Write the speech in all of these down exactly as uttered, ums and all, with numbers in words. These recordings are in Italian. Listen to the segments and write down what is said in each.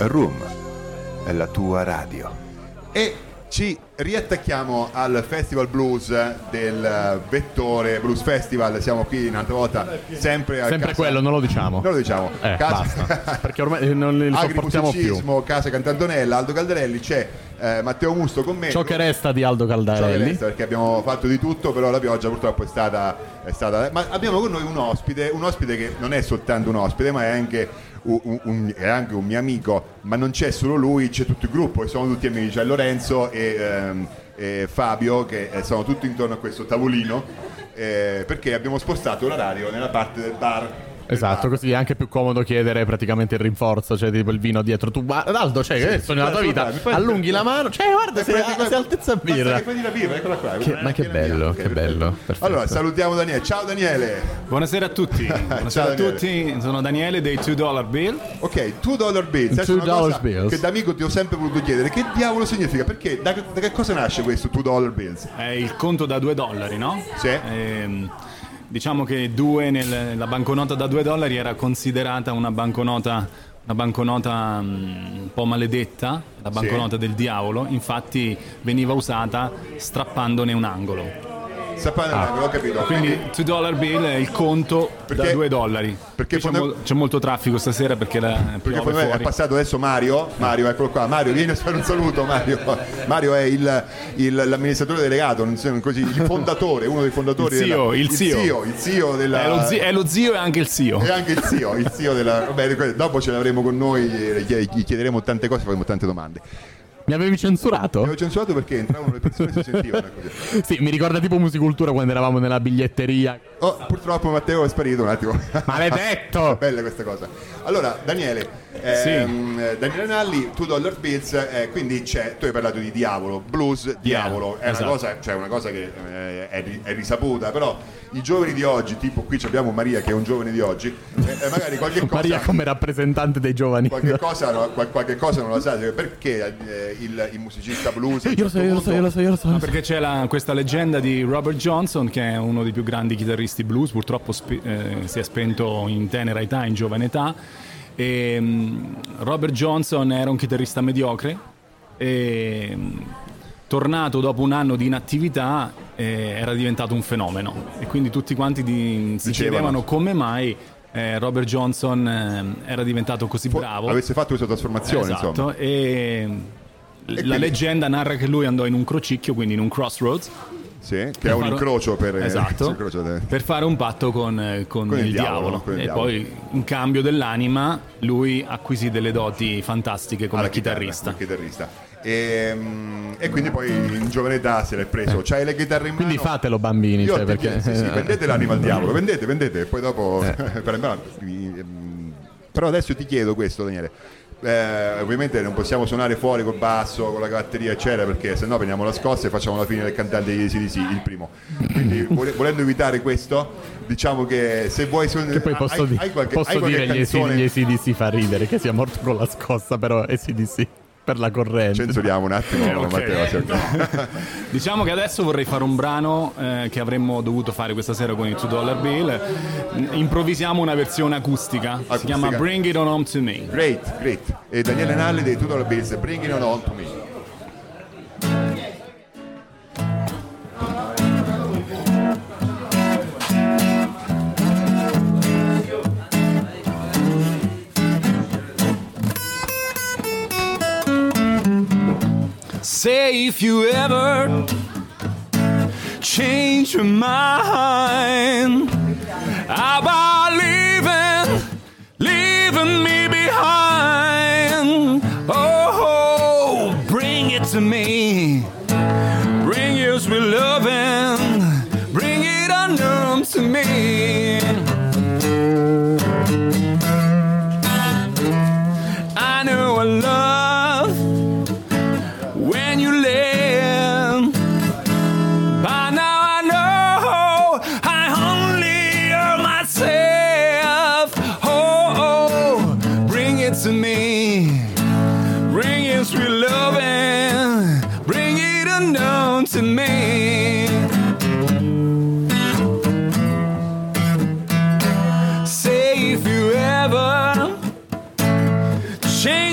Room, è la tua radio. E ci riattacchiamo al Festival Blues del Vettore Blues Festival. Siamo qui un'altra volta, sempre a sempre casa... quello, non lo diciamo. Non lo diciamo. Eh, casa... basta, perché ormai non li sopportiamo più. Casa Cantantonella, Aldo Caldarelli, c'è eh, Matteo Musto con me. Ciò che resta di Aldo Caldarelli. Ciò che resta, perché abbiamo fatto di tutto, però la pioggia purtroppo è stata, è stata... Ma abbiamo con noi un ospite, un ospite che non è soltanto un ospite, ma è anche... Un, un, è anche un mio amico, ma non c'è solo lui, c'è tutto il gruppo, e sono tutti amici, c'è Lorenzo e, ehm, e Fabio che sono tutti intorno a questo tavolino, eh, perché abbiamo spostato l'orario nella parte del bar. Esatto, così è anche più comodo chiedere praticamente il rinforzo, cioè tipo il vino dietro. Tu, Aldo, cioè, che sì, adesso nella tua vita allunghi la mano, cioè guarda, sei, prendi, sei altezza birra. Che prendi la birra, eccola qua. Che, ma che bello, mia, che bello. Perfetto. Allora, salutiamo Daniele. Ciao Daniele. Buonasera a tutti. Buonasera Ciao, a tutti. Sono Daniele dei two dollar bill. Ok, two dollar bills. two dollar bills. Che da amico ti ho sempre voluto chiedere. Che diavolo significa? Perché da, da che cosa nasce questo two dollar bills? È il conto da due dollari, no? Sì. Ehm, Diciamo che due nella banconota da due dollari era considerata una banconota, una banconota um, un po' maledetta, la banconota sì. del diavolo, infatti veniva usata strappandone un angolo. Ah. Ho capito. Quindi two dollar bill è il conto perché, da due dollari. Perché c'è, mo- c'è molto traffico stasera perché, la, perché poi è passato adesso Mario. Mario, eccolo qua. Mario, vieni a fare un saluto. Mario, Mario è il, il, l'amministratore delegato, non so, così, il fondatore, uno dei fondatori. Il zio, della, il zio. Il zio, il zio della. È lo, zio, è lo zio e anche il zio. E anche il zio, il zio della. Vabbè, dopo ce l'avremo con noi, gli chiederemo tante cose, faremo tante domande. Mi avevi censurato? Mi avevo censurato perché entravano le persone e si sentivano così. Sì, mi ricorda tipo Musicultura quando eravamo nella biglietteria. Oh, purtroppo Matteo è sparito un attimo. Maledetto! Bella questa cosa. Allora, Daniele, ehm, sì. Daniele Nalli, two dollar bills, eh, quindi c'è, tu hai parlato di diavolo, blues, diavolo, yeah, è esatto. una cosa, cioè una cosa che eh, è, è risaputa, però i giovani di oggi, tipo qui abbiamo Maria che è un giovane di oggi, eh, magari qualche cosa... Maria come rappresentante dei giovani. Qualche cosa, no, qualche cosa non la sa, perché eh, il, il musicista blues... Io lo so, io lo so, io lo so, io lo so. No, perché c'è la, questa leggenda di Robert Johnson, che è uno dei più grandi chitarristi blues, purtroppo spe, eh, si è spento in tenera età, in giovane età. E, um, Robert Johnson era un chitarrista mediocre e... Um, tornato dopo un anno di inattività eh, era diventato un fenomeno e quindi tutti quanti di, si chiedevano come mai eh, Robert Johnson eh, era diventato così bravo, avesse fatto questa trasformazione. Esatto. Insomma. E, e la quindi... leggenda narra che lui andò in un crocicchio, quindi in un crossroads, sì, che è un fare... incrocio per, esatto, eh, incrocio de... per fare un patto con, con, con il, il diavolo, diavolo. Con il e diavolo. Poi in cambio dell'anima lui acquisì delle doti fantastiche come chitarrista. Chitarra, chitarrista. E, e quindi poi in giovane età se l'è preso. Eh. C'hai le chitarre in mano. Quindi fatelo bambini, Io cioè, perché... sì, sì, vendete l'anima al diavolo, vendete, vendete e poi dopo eh. Però adesso ti chiedo questo, Daniele. Eh, ovviamente non possiamo suonare fuori col basso, con la batteria eccetera, perché sennò prendiamo la scossa e facciamo la fine del cantante di A C D C, il primo. Quindi volendo evitare questo, diciamo che se vuoi suonare, che poi posso, hai, di- hai qualche, posso hai qualche dire canzone... gli A C D C fa ridere che sia morto con la scossa, però A C D C per la corrente. Censuriamo un attimo, eh, okay. Matteo. No. Diciamo che adesso vorrei fare un brano eh, che avremmo dovuto fare questa sera con i two dollar bill. Improvvisiamo una versione acustica, acustica. Si chiama Bring It On Home To Me. Great, great. E Daniele Nalli dei two dollar bills, Bring It On Home To Me. Say if you ever change your mind about leaving, leaving me behind. Oh, bring it to me. Bring your sweet loving. Bring it on home to me. I know I love when you live. By now I know I only hurt myself.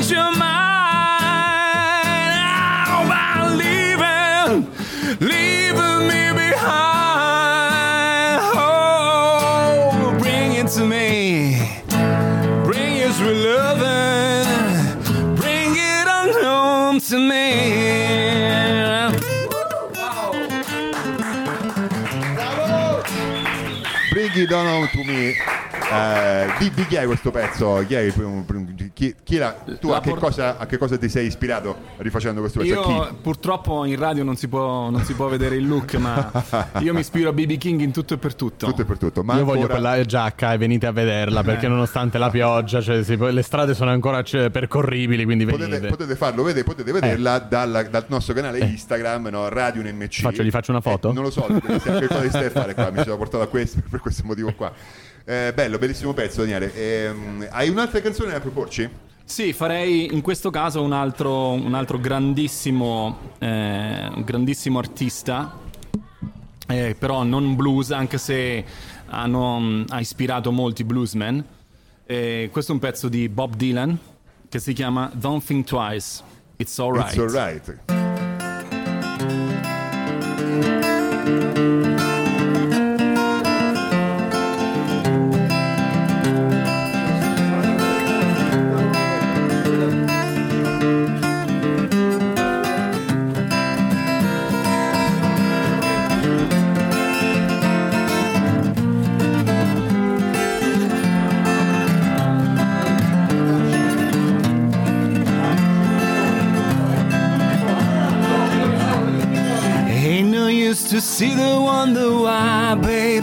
change your mind. How about leaving, leaving me behind? Oh, bring it to me, bring your sweet loving, bring it on home to me. Bring it on home to me. Eh, di, di chi è questo pezzo? Chi è il, chi, chi la, tu la a, che por- cosa, a che cosa ti sei ispirato rifacendo questo pezzo? Io purtroppo in radio non si può, non si può vedere il look, ma io mi ispiro a B B King in tutto e per tutto. Tutto e per tutto. Ma io ancora... voglio quella giacca e venite a vederla, perché eh. nonostante la pioggia, cioè, si, le strade sono ancora cioè, percorribili, quindi potete, venite. potete farlo, vedete, potete vederla eh. dalla, dal nostro canale eh. Instagram, no? Radio N M C. Faccio, gli faccio una foto? Eh, non lo so, che cosa stai a fare qua? Mi sono portato a questo per questo motivo qua. Eh, bello, bellissimo pezzo, Daniele. Eh, hai un'altra canzone da proporci? Sì, farei in questo caso un altro, un altro grandissimo, eh, un grandissimo artista, eh, però non blues, anche se hanno, ha ispirato molti bluesmen. Eh, questo è un pezzo di Bob Dylan che si chiama Don't Think Twice, It's Alright. It's Alright. To see the wonder why, baby,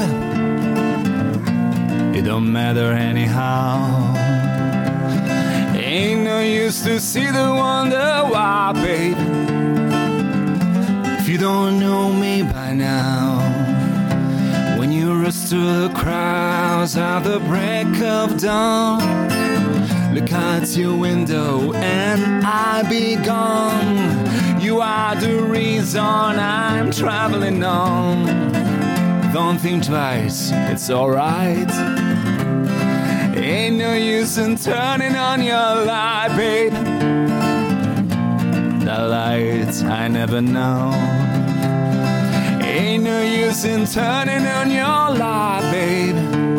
it don't matter anyhow. Ain't no use to see the wonder why, baby, if you don't know me by now. When you rush through the crowds at the break of dawn, look out your window and I be gone. You are the reason I'm traveling on. Don't think twice, it's alright. Ain't no use in turning on your light, babe. The light I never know. Ain't no use in turning on your light, babe.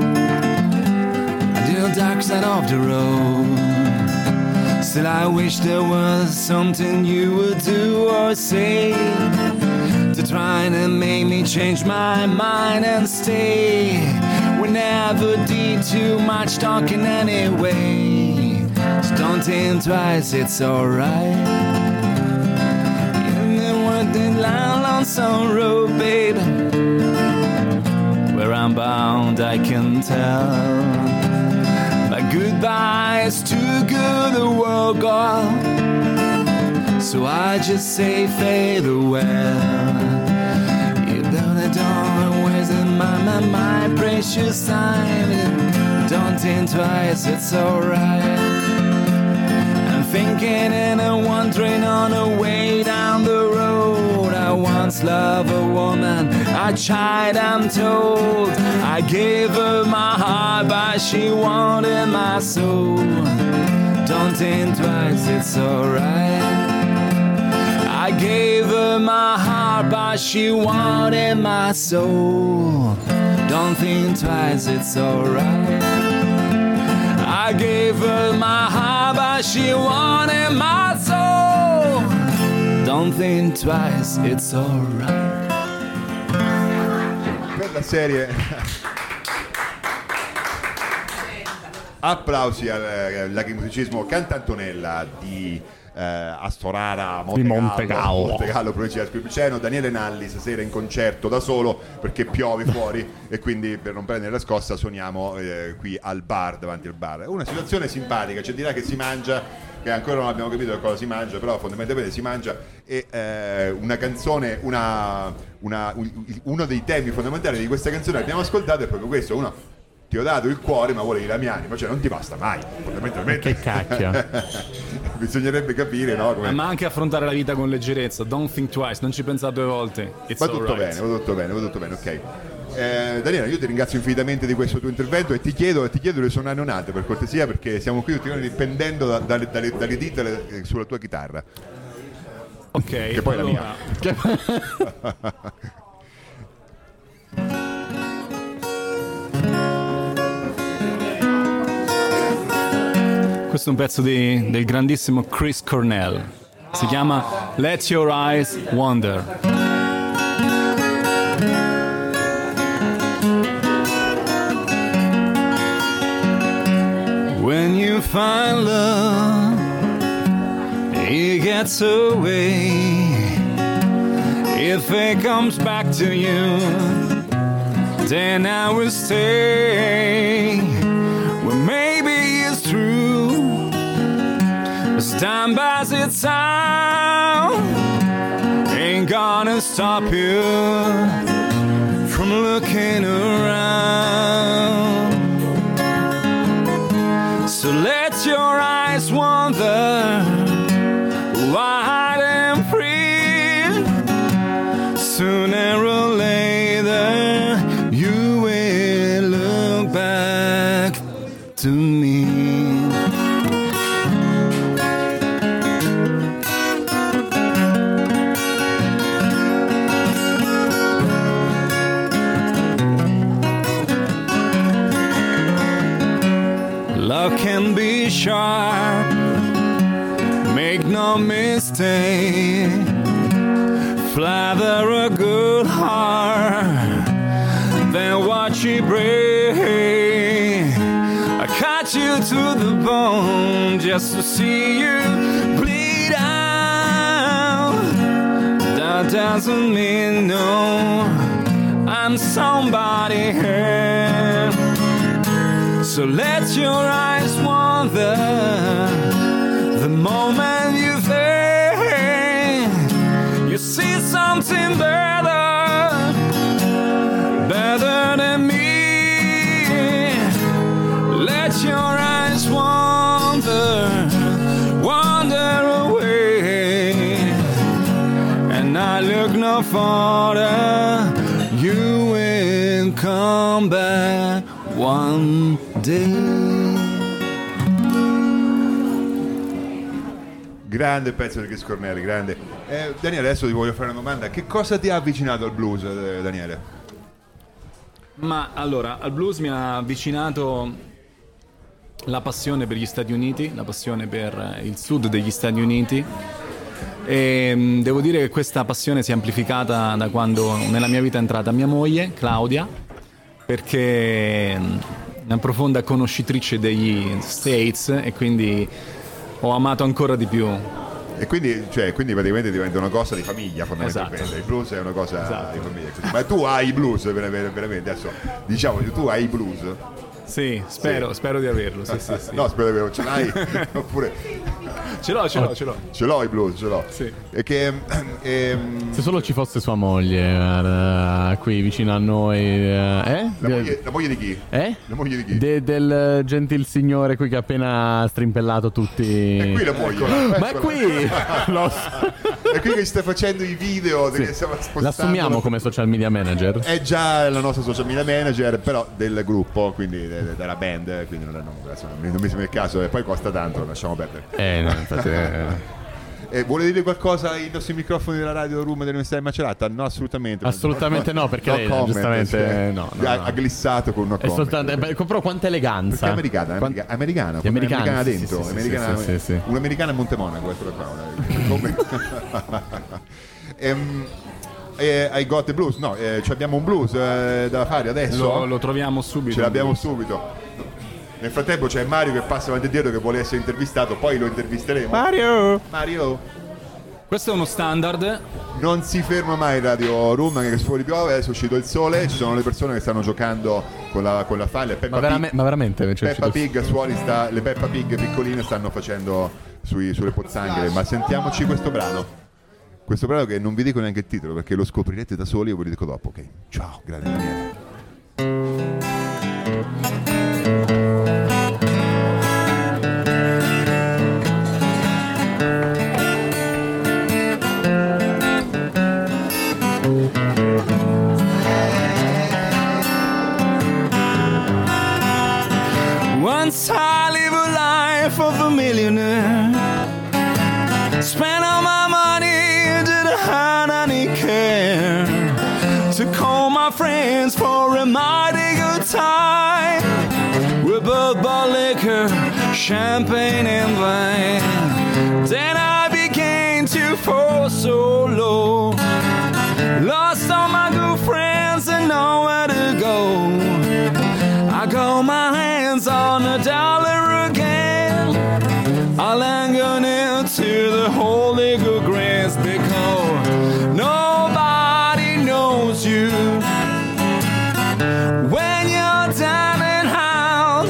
The dark side of the road. Still I wish there was something you would do or say to try to make me change my mind and stay. We never did too much talking anyway, so don't think twice, it's alright. In the winding lonesome road, baby, where I'm bound I can tell. Goodbye is too good a world gone, so I just say farewell. You don't don't waste my, my, my precious time. Don't think twice, it's alright. I'm thinking and I'm wandering on a way down the road. I once loved a woman, I tried, I'm told. I gave her my heart, but she wanted my soul. Don't think twice, it's alright. I gave her my heart, but she wanted my soul. Don't think twice, it's alright. I gave her my heart, but she wanted my soul. Don't think twice, it's alright. Per la serie applausi al lacrimusicismo Cantantonella di eh, Astorara Montegallo, di Montegallo, Montegallo provincia di Ascoli. Daniele Nalli stasera in concerto da solo perché piove fuori e quindi per non prendere la scossa suoniamo eh, qui al bar, davanti al bar. È una situazione simpatica, c'è di là che si mangia, che ancora non abbiamo capito cosa si mangia, però fondamentalmente si mangia, e eh, una canzone, una, una, uno dei temi fondamentali di questa canzone che abbiamo ascoltato è proprio questo. Uno: ti ho dato il cuore ma volevi la mia anima, cioè non ti basta mai fondamentalmente. Che cacchio. Bisognerebbe capire, no? Come... ma anche affrontare la vita con leggerezza. Don't think twice, non ci pensare due volte. It's va tutto right. bene, va tutto bene, va tutto bene, ok. Eh, Daniela, io ti ringrazio infinitamente di questo tuo intervento e ti chiedo, ti chiedo le suonare neonate per cortesia, perché siamo qui ultimamente dipendendo da, dalle, dalle, dalle dita sulla tua chitarra. Ok, che poi allora... è la mia. Questo è un pezzo di, del grandissimo Chris Cornell. Si chiama Let Your Eyes Wander. When you find love, it gets away. If it comes back to you, then I will stay. Well, maybe it's true. As time passes its out, ain't gonna stop you from looking around. So let your eyes wander wide and free. Sooner or later, you will look back to me. Love can be sharp, make no mistake. Flather a good heart, then watch it break. I cut you to the bone just to see you bleed out. That doesn't mean no, I'm somebody else. So let your eyes wander the moment you think you see something better, better than me. Let your eyes wander, wander away, and I look no farther. You will come back one day. Grande pezzo di Chris Cornell, grande. Eh, Daniele, adesso ti voglio fare una domanda. Che cosa ti ha avvicinato al blues, eh, Daniele? Ma allora, al blues mi ha avvicinato la passione per gli Stati Uniti, la passione per il sud degli Stati Uniti. E mh, devo dire che questa passione si è amplificata da quando nella mia vita è entrata mia moglie, Claudia, perché mh, è una profonda conoscitrice degli States e quindi ho amato ancora di più. E quindi, cioè, quindi praticamente diventa una cosa di famiglia fondamentalmente. Esatto. Il blues è una cosa Esatto. di famiglia. Ma tu hai blues veramente, adesso diciamo tu hai blues. Sì, spero, Sì. spero di averlo. Sì, sì, sì. No, spero che ce l'hai. Oppure Ce l'ho, ce l'ho, ce l'ho. ce l'ho i blues, ce l'ho. Sì. E che ehm, Se solo ci fosse sua moglie, guarda, qui vicino a noi. Eh? la, moglie, la moglie di chi? Eh? La moglie di chi? De- del gentil signore qui che ha appena strimpellato tutti. È qui la moglie. Ma è qui! Lo so. È qui che sta facendo i video Sì. che stiamo spostando. L'assumiamo come social media manager? È già la nostra social media manager, però del gruppo, quindi de- de- della band, quindi non, non, adesso non mi non mi sembra il caso e poi costa tanto, lo lasciamo perdere. Eh, no, infatti. eh. E vuole dire qualcosa ai nostri microfoni della Radio Room dell'Università di Macerata? No, assolutamente. Assolutamente no, perché lei comment, giustamente cioè, no, no, ha, no. ha glissato con una È soltanto, eh, beh, però quanta eleganza. Perché è americana, Quant- america- americana, Gli americani, americana sì, dentro, sì, sì, americana, sì, sì, sì. un'americana a Montemonaco, eccola qua. una- come- Ehm, eh, hai got the blues? No, eh, ci abbiamo un blues eh, da fare adesso. Lo, lo troviamo subito. Ce l'abbiamo subito. Nel frattempo c'è Mario che passa avanti e dietro che vuole essere intervistato, poi lo intervisteremo. Mario! Mario Questo è uno standard. non si ferma mai Radio Room, anche che fuori piove, adesso è uscito il sole, ci sono le persone che stanno giocando con la, con la faglia. Peppa Ma, verame- Pig, ma veramente? Cioè, Peppa ci- Pig suoni sta, le Peppa Pig piccoline stanno facendo sui- sulle pozzanghere, ma sentiamoci questo brano. Questo brano che non vi dico neanche il titolo perché lo scoprirete da soli e ve lo dico dopo, ok? Ciao, grande Daniele. a millionaire. Spent all my money, didn't have any care. Took all my friends for a mighty good time. We both bought liquor, champagne and wine. Then I began to fall so low. Lost all my good friends and nowhere to go. I got my hands on a dollar again. I'll hang on into the holy good grace, because nobody knows you when you're down and out.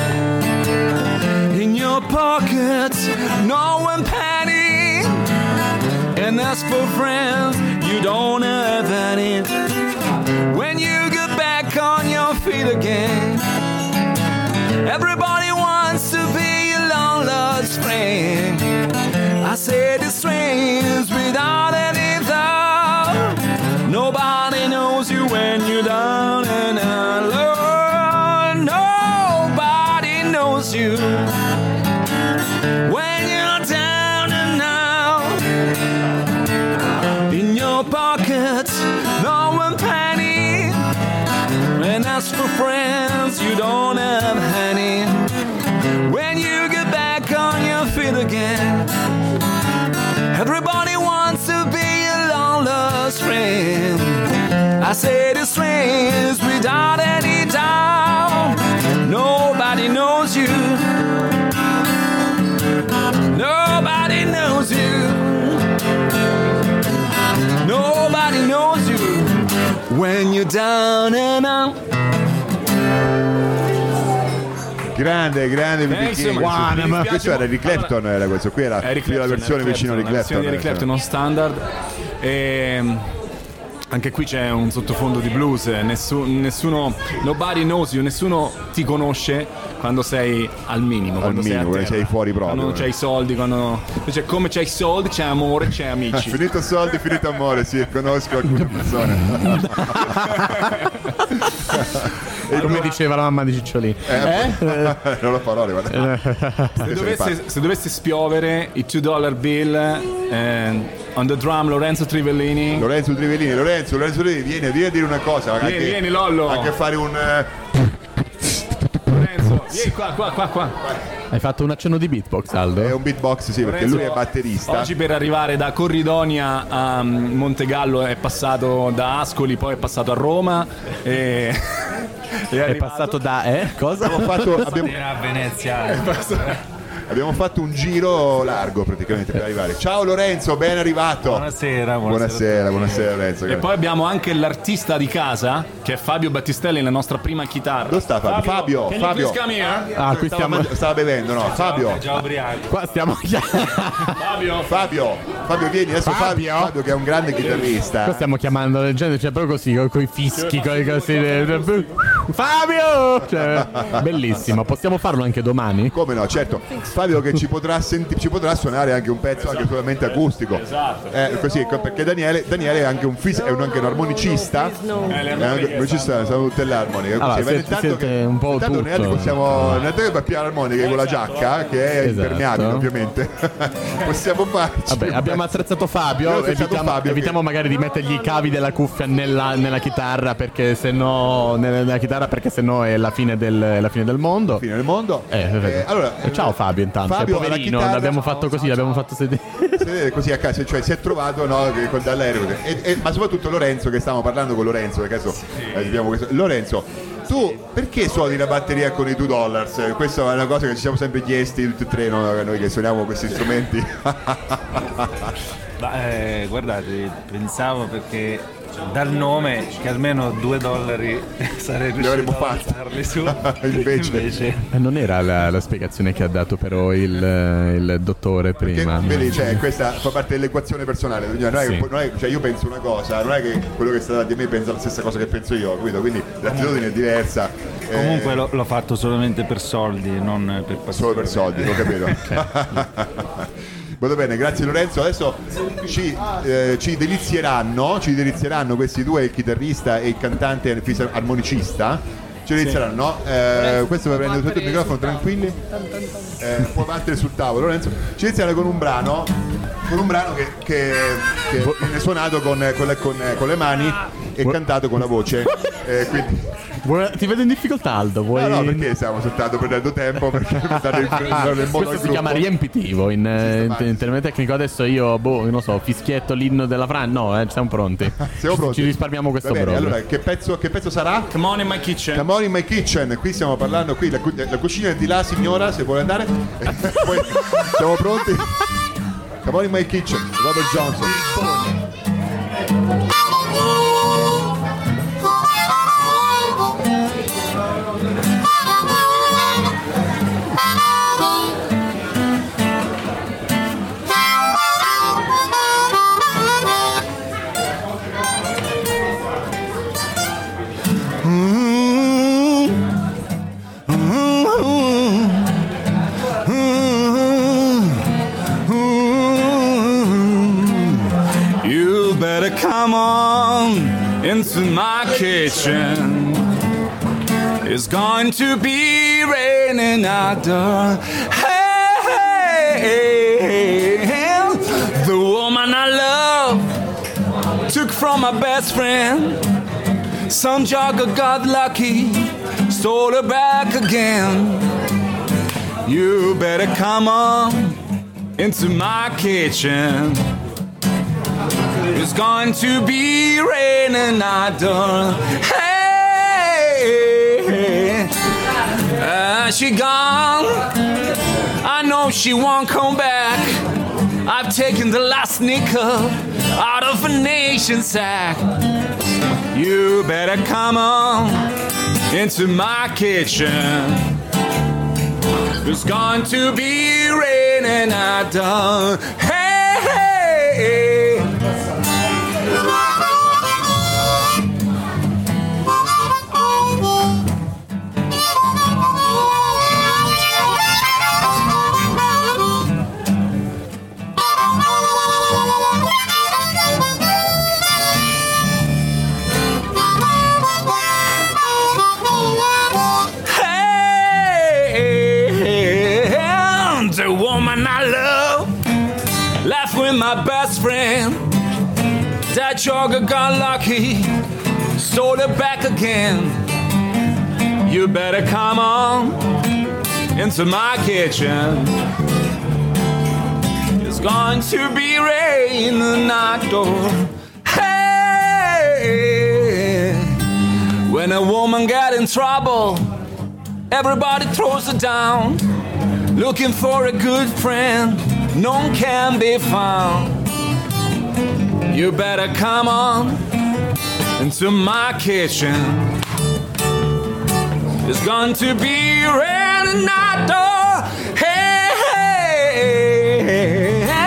In your pockets, no one penny, and as for friends, you don't have any. When you get back on your feet again, everybody wants to be a long lost friend. I said it's strange without any doubt. Nobody knows you when you're down and out. Nobody knows you when you're down and out. In your pockets, no one penny, and as for friends, you don't have any. When you get back on your feet again, everybody wants to be a long lost friend. I said it's strange without any doubt. Nobody knows you. Nobody knows you. Nobody knows you when you're down and out. Grande, grande Eh, insomma, King. mi dispiace Questo era Eric Clapton, allora, era questo qui era Eric qui la Clapton, versione Eric vicino di Clapton, Clapton. la versione di Eric Clapton, non standard. E anche qui c'è un sottofondo di blues. Nessuno, nessuno nobody knows you, nessuno ti conosce quando sei al minimo, Al quando sei, a minimo, quando terra, sei fuori proprio. quando non c'hai i soldi, quando invece come c'hai i soldi c'è amore, c'è amici. Finito soldi, finito amore, sì, conosco alcune persone. E come diceva la mamma di Cicciolini. Eh? Non lo farò, guarda. Se dovesse, se dovesse spiovere i two dollar bill, eh, on the drum Lorenzo Trivellini. Lorenzo Trivellini, Lorenzo, Lorenzo Trivellini, vieni, vieni a dire una cosa. Vieni, anche, vieni, Lollo. Anche a fare un... eh, Lorenzo, vieni qua, qua, qua, qua. Hai fatto un accenno di beatbox, Aldo? È un beatbox, sì, perché Lorenzo, lui è batterista. Oggi per arrivare da Corridonia a Montegallo è passato da Ascoli, poi è passato a Roma e è, È passato da... Eh? Cosa? Abbiamo fatto, abbiamo, a Venezia. abbiamo fatto un giro largo praticamente per arrivare. Ciao Lorenzo, ben arrivato. Buonasera, buonasera. Buonasera, buonasera Lorenzo. E poi abbiamo anche l'artista di casa, che è Fabio Battistelli, la nostra prima chitarra. Dove sta Fabio? Fabio, can you Fabio. please come here? Ah, qui Stava, stiamo... mangi- stava bevendo, no? Fabio. Già ubriaco. Qua stiamo... Fabio. Fabio, Fabio vieni adesso. Fabio, Fabio? Fabio che è un grande chitarrista. Qua stiamo chiamando la gente, cioè proprio così, con i fischi, con i così. Fabio! Cioè, bellissimo, possiamo farlo anche domani? Come no, certo. Fabio che ci potrà, senti- ci potrà suonare anche un pezzo anche solamente acustico. Esatto. Eh, così, perché Daniele, Daniele è anche un, fis- è un, anche un armonicista. È anche un armonicista, sono tutte le armoniche. Allora, Così, ma senti- intanto sente che- un po' intanto noi altri tutto. possiamo, intanto che bappiare l'armonica con la giacca, che è Esatto. impermeabile ovviamente, possiamo farci. Vabbè, un abbiamo pezzo. attrezzato Fabio, Abbiamo attrezzato evitiamo, Fabio che- evitiamo magari di mettergli i cavi della cuffia nella, nella chitarra, perché se no nella, nella chitarra perché se no è la fine del, è la fine del mondo. Fine del mondo. Eh, Eh, allora, Eh, ciao Fabio intanto, Fabio è alla poverino, chitarra. l'abbiamo fatto così, l'abbiamo fatto sedere. Sedere così a casa, cioè si è trovato no, che- con dall'aereo e, e- ma soprattutto Lorenzo, che stiamo parlando con Lorenzo perché adesso eh, abbiamo questo. Lorenzo, tu perché suoni la batteria con i two dollars? Questa è una cosa che ci siamo sempre chiesti tutti e tre, no? Noi che suoniamo questi strumenti. Ma, eh, guardate, pensavo perché dal nome che almeno due dollari sarei Li avremmo riuscito a fatti. alzarli su. Invece. Eh, Non era la, la spiegazione che ha dato però il, il dottore Che, prima. vedi, cioè, questa fa parte dell'equazione personale. Cioè, non è che- Sì. non è- cioè, io penso una cosa, non è che quello che sta davanti a me pensa la stessa cosa che penso io, capito? Quindi l'attitudine è diversa. Eh, Comunque l'ho, l'ho fatto solamente per soldi, non per passione. solo per soldi, l'ho capito. Molto bene, grazie Lorenzo. Adesso ci, eh, ci delizieranno, ci delizieranno questi due, il chitarrista e il cantante armonicista, Ci inizieranno, no? Eh, questo va a prendere tutto il microfono, tranquilli. Eh, può battere sul tavolo, Lorenzo. Ci iniziano con un brano, con un brano che, che, che viene suonato con, con, le, con, con le mani e cantato con la voce. Eh, quindi... Ti vedo in difficoltà, Aldo. Vuoi... No, no, perché stiamo soltanto prendendo tempo perché nel modo questo si chiama riempitivo in, in, in termine tecnico. Adesso io, boh, non so, fischietto l'inno della Francia. No, eh, siamo pronti. Siamo pronti. Ci risparmiamo questo bene, proprio. Allora, che pezzo, che pezzo sarà? Come on in my kitchen. Come on in my kitchen. Qui stiamo parlando, qui la, la cucina è di là, signora, se vuole andare. Poi siamo pronti. Come on in my kitchen, Robert Johnson. Come on into my kitchen. It's going to be raining out there. Hey, hey, hey, the woman I love took from my best friend. Some jogger got lucky, stole her back again. You better come on into my kitchen. It's going to be raining out there. Hey, uh, she gone. I know she won't come back. I've taken the last nickel out of a nation's sack. You better come on into my kitchen. It's going to be raining out there. Hey, hey, hey. The woman I love left with my best friend. That jogger got lucky, stole it back again. You better come on into my kitchen. It's going to be raining outdoor. Hey, when a woman get in trouble, everybody throws her down. Looking for a good friend, none can be found. You better come on into my kitchen. It's going to be raining outdoor. Hey, hey, hey, hey.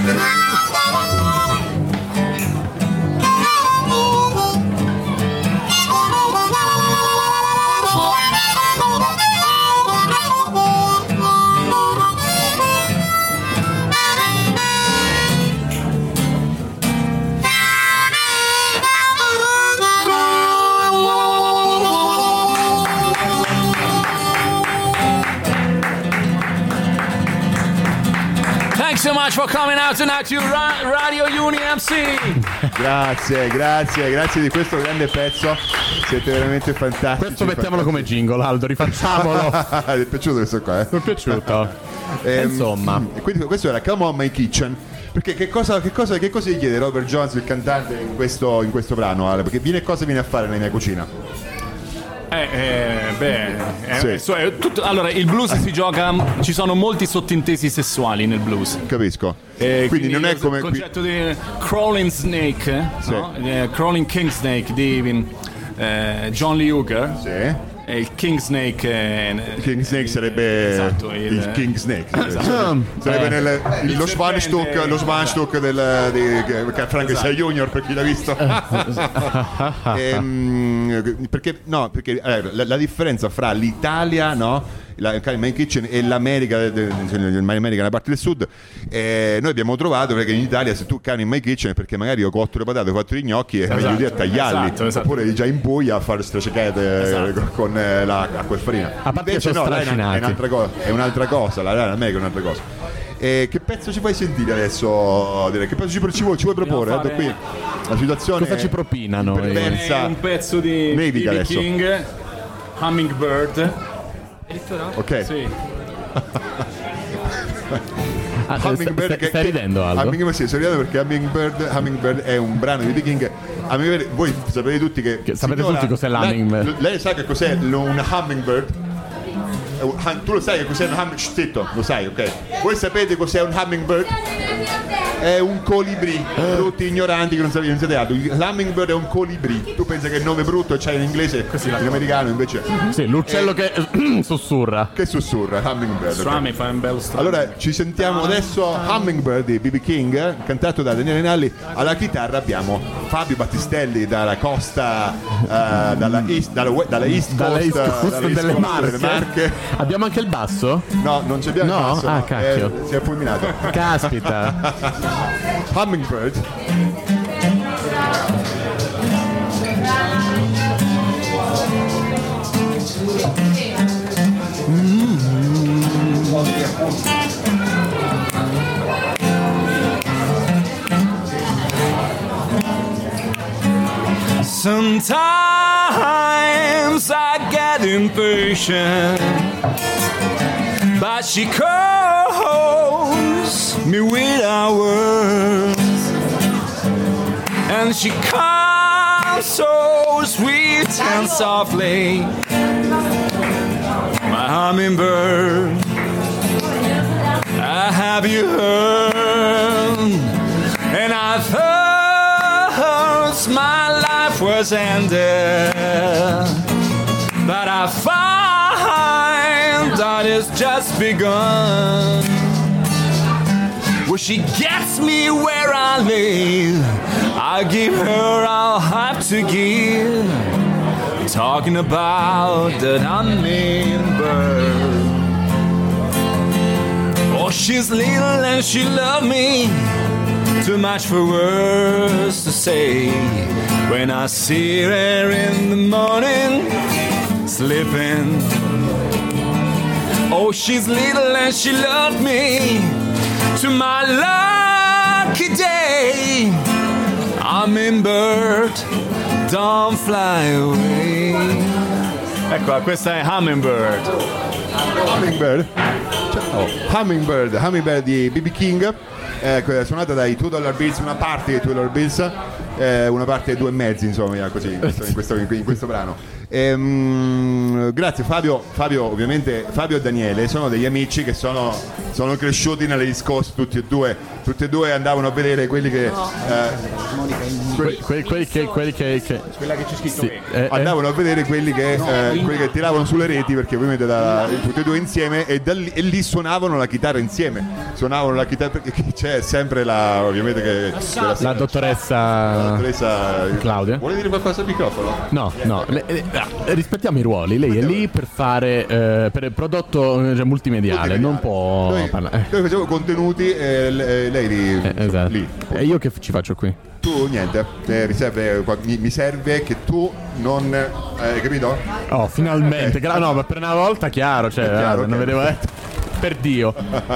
So much for coming out tonight to Radio Uni M C. Grazie, grazie, grazie di questo grande pezzo. Siete veramente fantastici. Questo mettiamolo come jingle, Aldo, rifacciamolo. Ti è piaciuto questo qua? Eh? Mi è piaciuto. Ehm, Insomma, quindi questo era Come On My Kitchen. Perché che cosa, che cosa, che cosa gli chiede Robert Johnson, il cantante, in questo, in questo brano? Ale? Perché viene, cosa viene a fare nella mia cucina? Eh, eh, beh, Sì. eh, so- è tutto- allora il blues si gioca, ci sono molti sottintesi sessuali nel blues. Capisco. Eh, quindi, non è lo- come il qui. concetto di crawling snake, eh, Sì. no? Eh, crawling king snake di eh, John Lee Hooker. Sì. E il king snake, eh, King Snake sarebbe esatto, il, il- King Snake. Esatto. Sarebbe Eh. nel, il- lo Il Schwanstock, serpente. lo Schwanstock del di, che- Frankenstein Junior, per chi l'ha visto. Ehm, perché no, perché eh, la, la differenza fra l'Italia, no, la Carne in My Kitchen e l'America, l'America nella parte del sud. E noi abbiamo trovato perché in Italia se tu Carne in My Kitchen è perché magari ho cotto le patate, ho fatto gli gnocchi e esatto, meglio lì a tagliarli, esatto, esatto. oppure già in Puglia a fare stracciate esatto. con, con la acqua e farina. A parte invece no, là è, una, è un'altra cosa, è un'altra cosa, la l'America è un'altra cosa. E che pezzo ci fai sentire adesso? Che pezzo ci, ci, vuoi, ci vuoi proporre? Fare... qui la situazione cosa ci propinano? È un pezzo di B B King, Hummingbird. Ok. Sì. Ah, Hummingbird stai, stai ridendo Aldo? Hummingbird, sì, sto ridendo perché Hummingbird, Hummingbird è un brano di B B King. Voi sapete tutti che, che sapete signora, tutti cos'è l'Hummingbird? Lei, lei sa che cos'è un Hummingbird? Tu lo sai che cos'è un Hummingbird? Zitto, lo sai, ok. Voi sapete cos'è un Hummingbird? È un colibrì. Tutti ignoranti che non sapete, non siete altro. L'Hummingbird è un colibrì. Tu pensi che il nome brutto c'è in inglese, così in americano invece. Sì, l'uccello è... che sussurra. Che sussurra, Hummingbird. Strami, fa un bello strano. Allora ci sentiamo adesso Hummingbird di B B King, cantato da Daniele Nalli. Alla chitarra abbiamo Fabio Battistelli dalla costa uh, dalla East, dalla, dalla East Coast, dalla East Coast dalla East delle, Coast Marche. delle Marche. Abbiamo anche il basso? No, non ci abbiamo no? il basso. Ah, no. cacchio. Eh, si è fulminato. Caspita. Hummingbird. Sometimes I get impatient, but she calls me without words, and she comes so sweet and softly, my hummingbird. I have you heard? And I thought my life was ended, but I find that it's just begun. Well, she gets me where I live, I give her all I have to give. Talking about the hummingbird. Oh, she's little and she loves me too much for words to say. When I see her in the morning sleeping, oh, she's little and she loved me to my lucky day. Hummingbird, don't fly away. Ecco, questa è Hummingbird. Hummingbird. Oh, Hummingbird, Hummingbird di B B King. Eh, suonata dai two dollar bills, una parte dei two dollar bills, eh, una parte due e mezzi, insomma, così in questo, in questo, in questo brano. Ehm, grazie Fabio. Fabio, ovviamente, Fabio e Daniele sono degli amici che sono, sono cresciuti nelle East Coast, tutti e due. Tutti e due andavano a vedere quelli che. No. Eh, quelli, quelli, quelli che. Quelli che, che quella che c'è scritto sì, eh, andavano a vedere quelli che, no, eh, quelli che tiravano sulle reti, perché ovviamente da, tutti e due insieme, e, da lì, e lì suonavano la chitarra insieme. Suonavano la chitarra perché c'è sempre la. Ovviamente che. La, la dottoressa. La dottoressa Claudia. Vuole dire qualcosa al microfono? No, no. Le, le, rispettiamo i ruoli. Lei è lì per fare eh, per il prodotto cioè, multimediale, multimediale, non può noi, parlare. Noi facciamo contenuti e lei lì, eh, esatto. lì. E io che ci faccio qui? Tu niente, eh, mi, serve, mi, mi serve che tu non eh, hai capito? Oh, finalmente, gra- no, ma per una volta chiaro, cioè chiaro, guarda, okay. Non vedevo eh. Per Dio.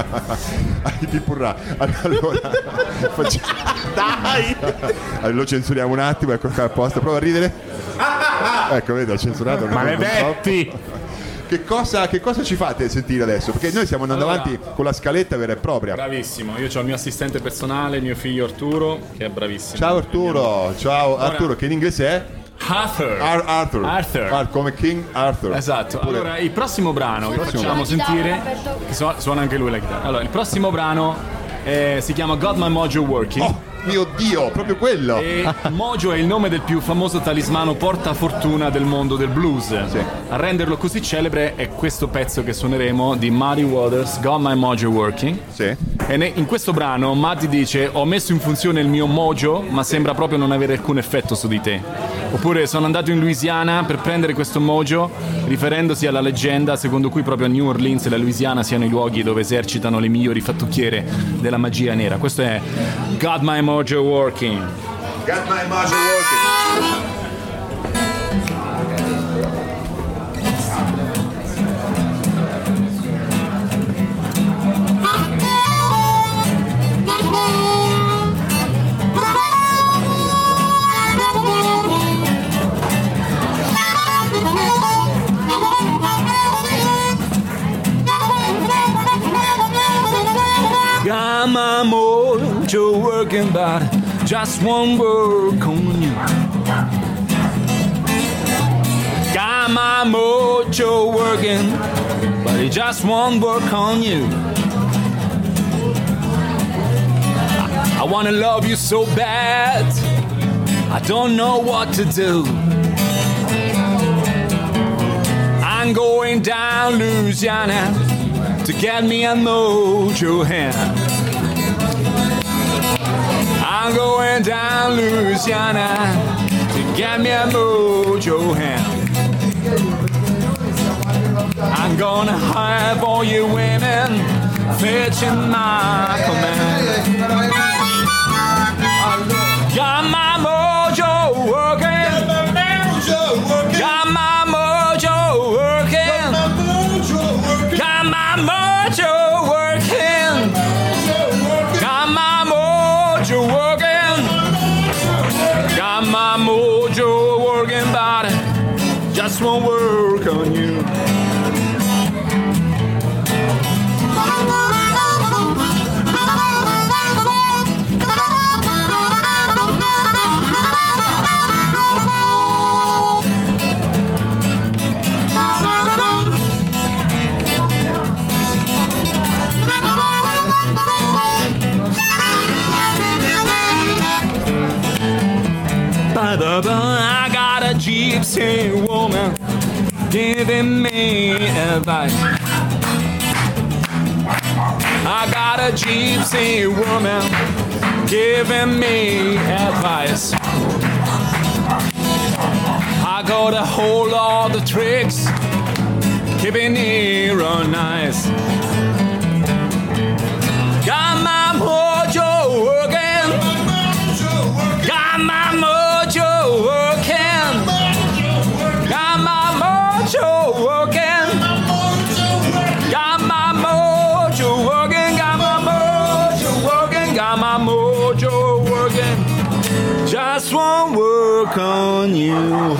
Ai pipurrà. Allora facciamo... Dai! Allora lo censuriamo un attimo, ecco qua apposta, prova a ridere. Ecco, vedi, ho censurato. Maledetti! Che cosa, che cosa ci fate sentire adesso? Perché noi stiamo andando allora, avanti con la scaletta vera e propria. Bravissimo, io ho il mio assistente personale, mio figlio Arturo, che è bravissimo. Ciao Arturo, ciao allora, Arturo, che in inglese è? Arthur. Ar- Arthur. Arthur. Ar- come King Arthur. Esatto. Oppure... Allora, il prossimo brano il che prossimo facciamo brano. sentire, che su- suona anche lui la chitarra. Allora, il prossimo brano eh, si chiama Got My Mojo Working. Oh, mio Dio, proprio quello. E Mojo è il nome del più famoso talismano portafortuna del mondo del blues. Sì. A renderlo così celebre è questo pezzo che suoneremo di Muddy Waters, Got My Mojo Working. Sì. E ne, in questo brano Matty dice: ho messo in funzione il mio mojo, ma sembra proprio non avere alcun effetto su di te. Oppure sono andato in Louisiana per prendere questo mojo, riferendosi alla leggenda secondo cui proprio New Orleans e la Louisiana siano i luoghi dove esercitano le migliori fattucchiere della magia nera. Questo è Got My Mojo Working. Got My Mojo Working. Got my mojo working, but just won't work on you. Got my mojo working, but it just won't work on you. I, I wanna love you so bad, I don't know what to do. I'm going down Louisiana to get me a mojo hand. I'm going down Louisiana to get me a mojo hand. I'm gonna have all you women fetching my command. Got my mojo working. Got my mojo working. Got my mojo working. Got my mojo working. Got my mojo working, but it just won't work on you. I got a gypsy woman giving me advice. I got a gypsy woman giving me advice. I got a hold all the tricks, keeping it real nice. Got my mojo working. Got my mojo working. Got my mojo working. Got my mojo working. Got my mojo working. Got my mojo working. Just won't work on you.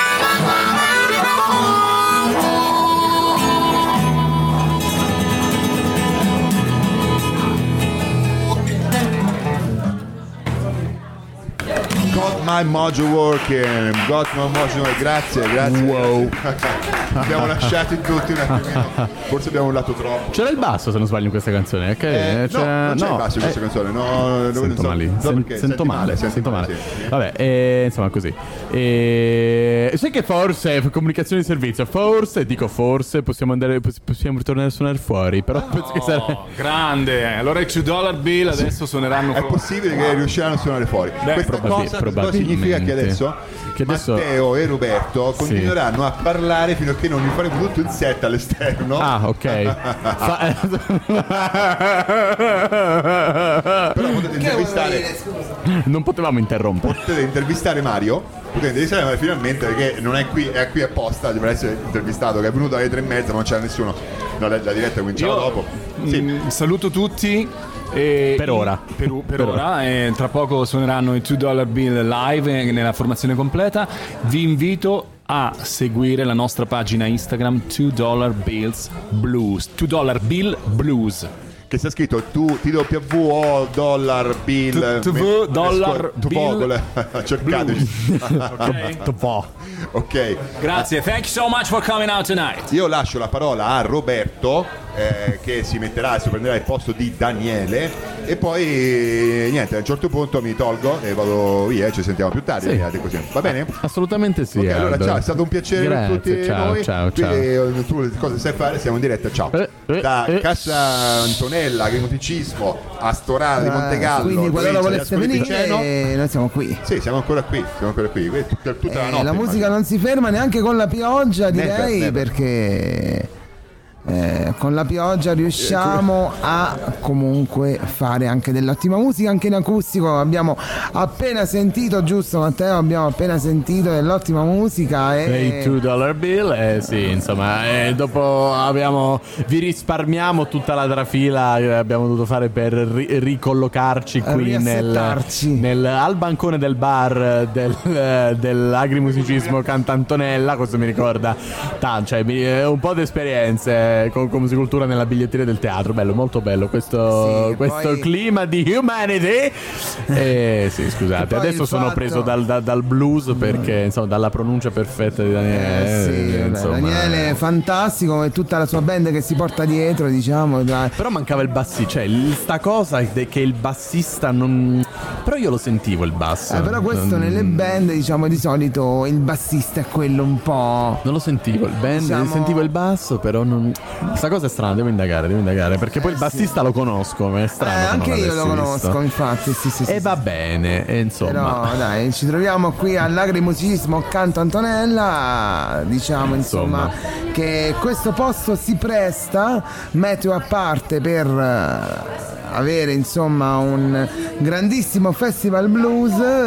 Got My Mojo Working. Got My Mojo Working. Grazie, grazie. Wow. Abbiamo lasciati tutti un attimino. Forse abbiamo urlato troppo. C'era il basso, se non sbaglio, in questa canzone. Ok? Eh, c'era... no, non c'è no. il basso in questa eh, canzone. No, sento so, male. so Sen- perché, sento male, senti sento male. Sì. Vabbè, eh, insomma, così. E... sai che forse comunicazione di servizio, forse dico forse possiamo andare, possiamo ritornare a suonare fuori. Però no, penso che sarebbe grande. Allora i two dollar bill adesso suoneranno. È possibile che riusciranno a suonare fuori. Beh, Questa probabil- cosa, cosa significa che adesso, che adesso Matteo e Roberto sì. continueranno a parlare fino a che non gli faremo tutto il set all'esterno. Ah, ok. Fa- Però potete intervistare, non potevamo interrompere. potete intervistare Mario. Potete intervistare Mario finalmente, perché non è qui, è qui apposta, deve essere intervistato, che è venuto alle tre e mezza, ma non c'era nessuno. No, la, la diretta cominciava Io, dopo. Sì. mm, saluto tutti. E Per ora. Per, per, Per ora, ora. E tra poco suoneranno i two dollar bill live eh, nella formazione completa. Vi invito a seguire la nostra pagina Instagram two dollar bills blues. two dollar bill blues. Che sta scritto tu T W O dollar bill T V dollar tu bill cercateci. Ok. Ok, Grazie. Thank you so much for coming out tonight. io lascio la parola a Roberto eh, che si metterà e si prenderà il posto di Daniele e poi niente, a un certo punto mi tolgo e vado via e ci sentiamo più tardi. Sì. Così. Va bene? Assolutamente sì. Okay, allora Aldo. ciao, è stato un piacere Grazie, per tutti ciao, noi. ciao, ciao. Quindi, tu le cose sai fare, siamo in diretta, ciao. Eh, eh, da eh. Casa Antonella, Agrimusicismo, a Storale di Montegallo. Quindi qualora volesse venire Piceno. noi siamo qui. Sì, siamo ancora qui, siamo ancora qui. Tutta, tutta la Eh, notte. la musica immagino. non si ferma neanche con la pioggia, direi, Never, never. perché eh, con la pioggia riusciamo a comunque fare anche dell'ottima musica, anche in acustico. Abbiamo appena sentito, giusto Matteo? Abbiamo appena sentito dell'ottima musica e Pay two dollar bill, eh sì, insomma, eh, dopo abbiamo, vi risparmiamo tutta la trafila che abbiamo dovuto fare per ri- ricollocarci qui nel, Riassettarci. nel, al bancone del bar del, eh, dell'agrimusicismo Cantantonella. Questo mi ricorda tanto, cioè mi- eh, un po' di esperienze con, con musicultura nella biglietteria del teatro. Bello, molto bello questo, Sì, questo poi- clima di humanity. Eh, sì, scusate, poi adesso il sono fatto- preso dal, dal, dal blues perché insomma dalla pronuncia perfetta di Daniele. Eh, sì, eh, vabbè, insomma. Daniele è fantastico e tutta la sua band che si porta dietro, diciamo. dai. Però mancava il bassista, cioè il- sta cosa de- che il bassista non. Però io lo sentivo il basso. Eh, però questo Non- nelle band, diciamo, di solito il bassista è quello un po'. Non lo sentivo il band, Diciamo- sentivo il basso, però non. Sta cosa è strana, devo indagare, devo indagare. Perché poi il bassista lo conosco, ma è Eh, strano. che non anche io lo l'avessi conosco, visto. infatti, sì, sì, sì, E sì. va bene, e insomma. Però dai, ci troviamo qui all'Agrimusicismo Canto Antonella, diciamo insomma, Insomma. che questo posto si presta, meteo a parte, per eh, avere insomma un grandissimo festival blues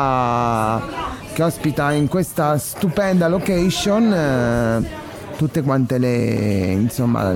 da che ospita in questa stupenda location eh, tutte quante le insomma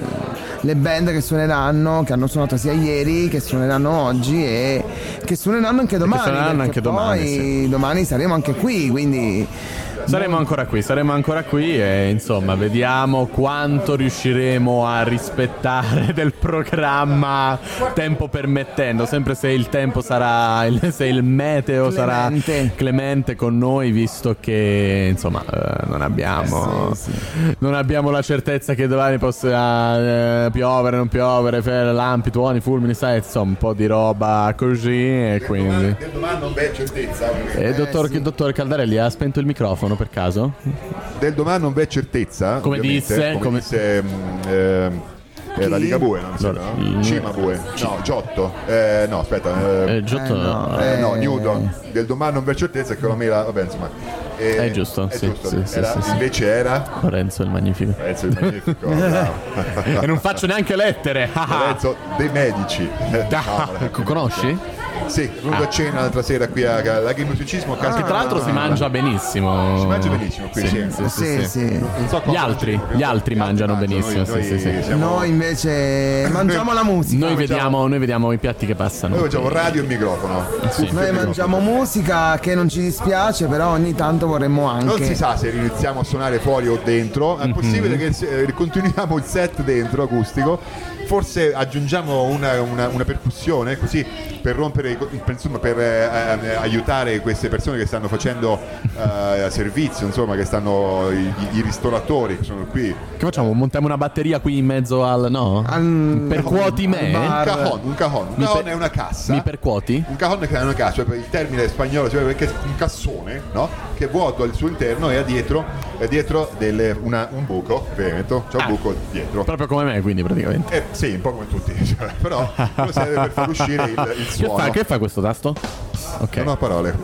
le band che suoneranno, che hanno suonato sia ieri, che suoneranno oggi e che suoneranno anche domani. suoneranno perché anche domani, poi sì. domani saremo anche qui, quindi Saremo ancora qui, saremo ancora qui e insomma vediamo quanto riusciremo a rispettare del programma tempo permettendo, sempre se il tempo sarà, se il meteo Clemente. sarà clemente con noi, visto che insomma eh, non abbiamo Sì, sì. non abbiamo la certezza che domani possa eh, piovere, non piovere, fare lampi, tuoni, fulmini, sai, insomma un po' di roba così e quindi... Del domani non v'è certezza. E dottor, sì. dottor Caldarelli ha spento il microfono per caso? Del domani non v'è certezza. Come ovviamente, disse, come, come- disse mm, ehm, eh, la Liga Bue, non so, Allora, no? il- Cimabue, no, Giotto, eh, no, aspetta, eh, Eh, Giotto, Eh, no. eh, no, eh. Newton. Del domani non v'è certezza che la mela, vabbè, insomma. eh, È giusto, è sì, giusto. sì, sì, Era- sì, sì. Invece era Lorenzo il Magnifico. Lorenzo il Magnifico, bravo. E non faccio neanche lettere. Lorenzo dei Medici. Ah, No, conosci? Sì, venuto a cena l'altra sera qui all'Agrimusicismo. a casa. Che tra l'altro si mangia benissimo. Si mangia benissimo qui, sì. sì, sì, Sì, sì. sì. Non so Gli cosa altri, facciamo, gli altri mangiano mangiano, benissimo, noi- sì, noi sì, sì. siamo- Noi invece mangiamo la musica. Noi vediamo, noi vediamo i piatti che passano. Noi facciamo radio e microfono. Sì. Noi mangiamo musica che non ci dispiace, però ogni tanto vorremmo anche. Non si sa se iniziamo a suonare fuori o dentro. È possibile che se- continuiamo il set dentro acustico. Forse aggiungiamo una, una- una percussione così per rompere i co- per, insomma, per eh, eh, aiutare queste persone che stanno facendo eh, servizio, insomma, che stanno i, i ristoratori che sono qui. Che facciamo? Montiamo una batteria qui in mezzo al. No? Al- Percuoti me? al bar. Un cajon, un cajon, un Mi cajon per- è una cassa. Mi percuoti? Un cajon che è una cassa, cioè il termine spagnolo, cioè perché è un cassone, no? Che è vuoto al suo interno e ha dietro, è dietro delle- una- un buco, Veneto, c'è un Ah. buco dietro. Proprio come me, quindi praticamente. Eh, sì, un po' come tutti, cioè, però lo serve per far uscire il, il Che suono. fa, che fa questo tasto? Ok. Non ho parole.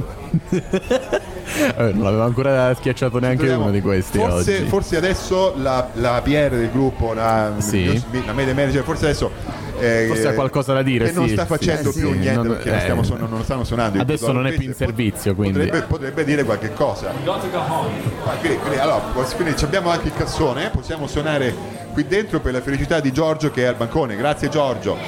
Eh, non l'avevo ancora schiacciato neanche Dobbiamo- uno di questi forse, oggi. forse adesso la, la P R del gruppo, la, Sì. la media manager, forse adesso eh, Forse ha qualcosa da dire, che non sì, sta sì, facendo sì, più sì. niente Non- perché non, eh, stiamo suon- non stanno suonando. adesso non è più in Invece servizio, quindi. potrebbe, potrebbe dire qualche cosa. Ah, quindi, quindi, allora, quindi abbiamo anche il cassone, possiamo suonare qui dentro per la felicità di Giorgio che è al bancone. Grazie Giorgio.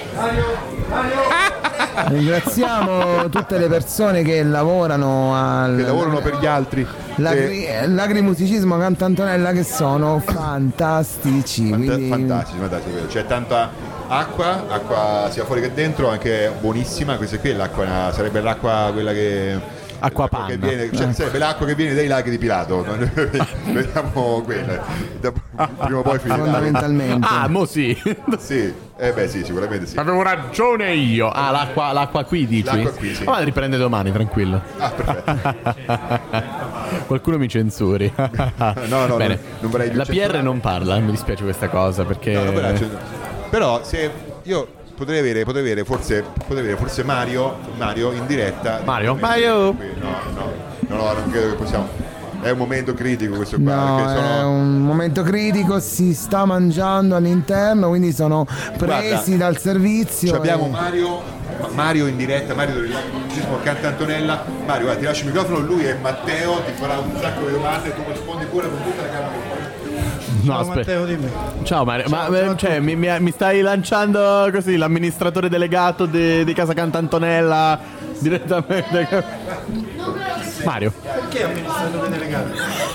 Ringraziamo tutte le persone che lavorano al Che lavorano per gli altri. l'agri- Eh, l'agrimusicismo Cantantonella, che sono fantastici. Fanta- quindi- fantastici, fantastici, c'è tanta acqua, acqua sia fuori che dentro, anche buonissima. Questa qui è l'acqua, sarebbe l'acqua quella che Acqua L'acqua che panna. viene, cioè, sarebbe l'acqua che viene dai laghi di Pilato. Vediamo quella. Da- Prima o poi finirà. Fondamentalmente. Ah, mo sì. Sì, eh beh sì, sicuramente sì. Avevo ragione io. Ah, l'acqua, l'acqua qui dici? L'acqua qui, sì. Ma la riprende domani, tranquillo. Ah, perfetto. Qualcuno mi censuri. No, no, Bene. non- non vorrei più La P R censurare. non parla, mi dispiace questa cosa perché No, no, però, cioè, però se io potrei avere, potrei avere forse potrei avere forse Mario, Mario in diretta. Mario? Qui. Mario? No, no, no, no, non credo che possiamo. È un momento critico questo qua. No, perché sono... è un momento critico, si sta mangiando all'interno, quindi sono presi Guarda, dal servizio. Ci abbiamo e- Mario, Mario in diretta, Mario del Lacrimucismo accanto a Antonella. Mario, guarda, ti lascio il microfono, lui è Matteo, ti farà un sacco di domande e tu rispondi pure con tutta la calma che vuoi. No, Ciao aspetta. Matteo, dimmi. Ciao Mario, ma eh, cioè, mi, mi- mi stai lanciando così l'amministratore delegato di, di Casa Cantantonella direttamente? Mario. Perché amministratore delegato?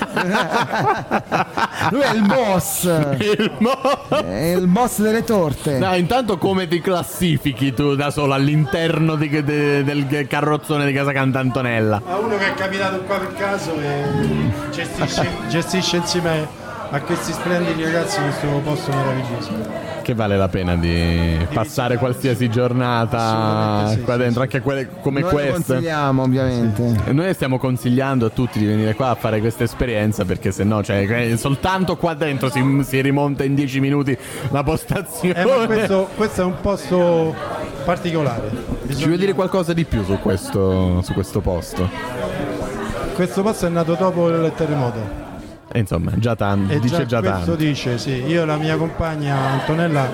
Lui è il boss, Il mo- è il boss delle torte. No, intanto come ti classifichi tu da solo all'interno di- de- del carrozzone di Casa Cantantonella? A uno che è capitato qua per caso e gestisce, gestisce insieme a questi splendidi ragazzi questo posto meraviglioso. Che vale la pena di passare qualsiasi giornata Assolutamente sì, qua sì, dentro, sì. anche quelle come Noi lo queste. consigliamo ovviamente. E noi stiamo consigliando a tutti di venire qua a fare questa esperienza perché se no, cioè, eh, soltanto qua dentro si, si rimonta in dieci minuti la postazione. Eh, ma questo, questo è un posto particolare. Ci Bisogna- vuoi dire qualcosa di più su questo, su questo posto? Questo posto è nato dopo il terremoto. E insomma, già tanto, E dice già questo tanto. dice, sì. Io e la mia compagna Antonella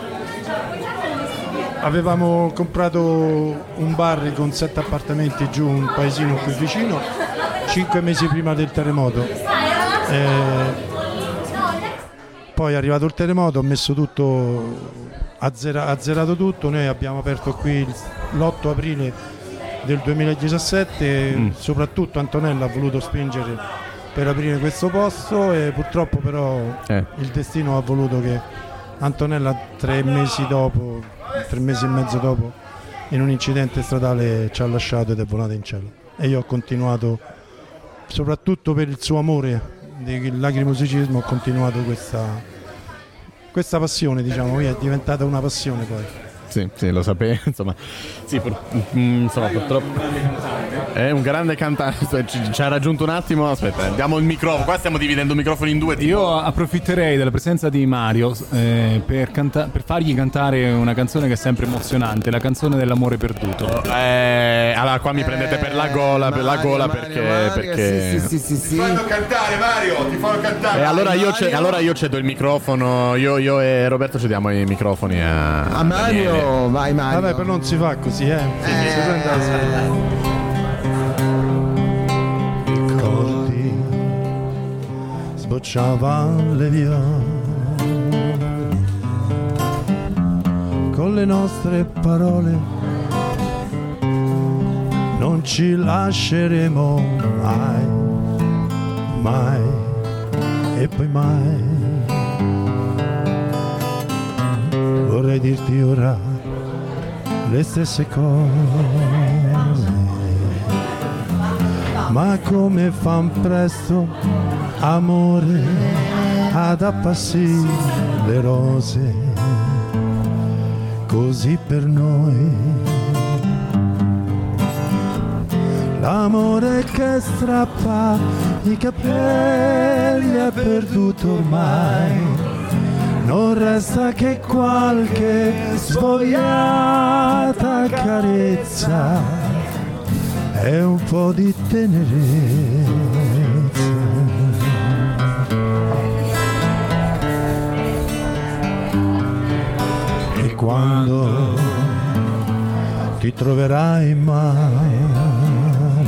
avevamo comprato un bar con sette appartamenti giù, un paesino qui vicino, cinque mesi prima del terremoto. Eh, poi è arrivato il terremoto, ho messo tutto, azzera- azzerato tutto, noi abbiamo aperto qui l'otto aprile del duemiladiciassette, Mm. soprattutto Antonella ha voluto spingere per aprire questo posto e purtroppo però Eh. il destino ha voluto che Antonella tre mesi dopo, tre mesi e mezzo dopo, in un incidente stradale ci ha lasciato ed è volata in cielo. E io ho continuato, soprattutto per il suo amore del lacrimusicismo, ho continuato questa, questa passione, diciamo, è diventata una passione poi. Sì, sì, lo sapevo, insomma. Sì, pur- mm, insomma, purtroppo è un grande cantante. Ci, ci ha raggiunto un attimo. Aspetta, diamo il microfono. Qua stiamo dividendo il microfono in due. Tipo... Io approfitterei della presenza di Mario eh, per, canta- per fargli cantare una canzone che è sempre emozionante, la canzone dell'amore perduto. Eh, allora qua mi prendete per la gola, per la Mario, gola Mario, perché, Mario, perché... sì, sì, sì, sì, Ti fanno cantare Mario, ti fanno cantare. E allora io, Mario. ce- allora io cedo il microfono. Io, io e Roberto cediamo i microfoni a, A Mario, vai Mario. Vabbè, però non si fa così, eh. Si prende la- Ricordi, sbocciavano le viole con le nostre parole, non ci lasceremo mai, mai e poi mai. Vorrei dirti ora le stesse cose, ma come fan presto, amore, ad appassire le rose, così per noi. L'amore che strappa i capelli è perduto ormai, non resta che qualche svogliata carezza e un po' di tenerezza. E quando ti troverai male,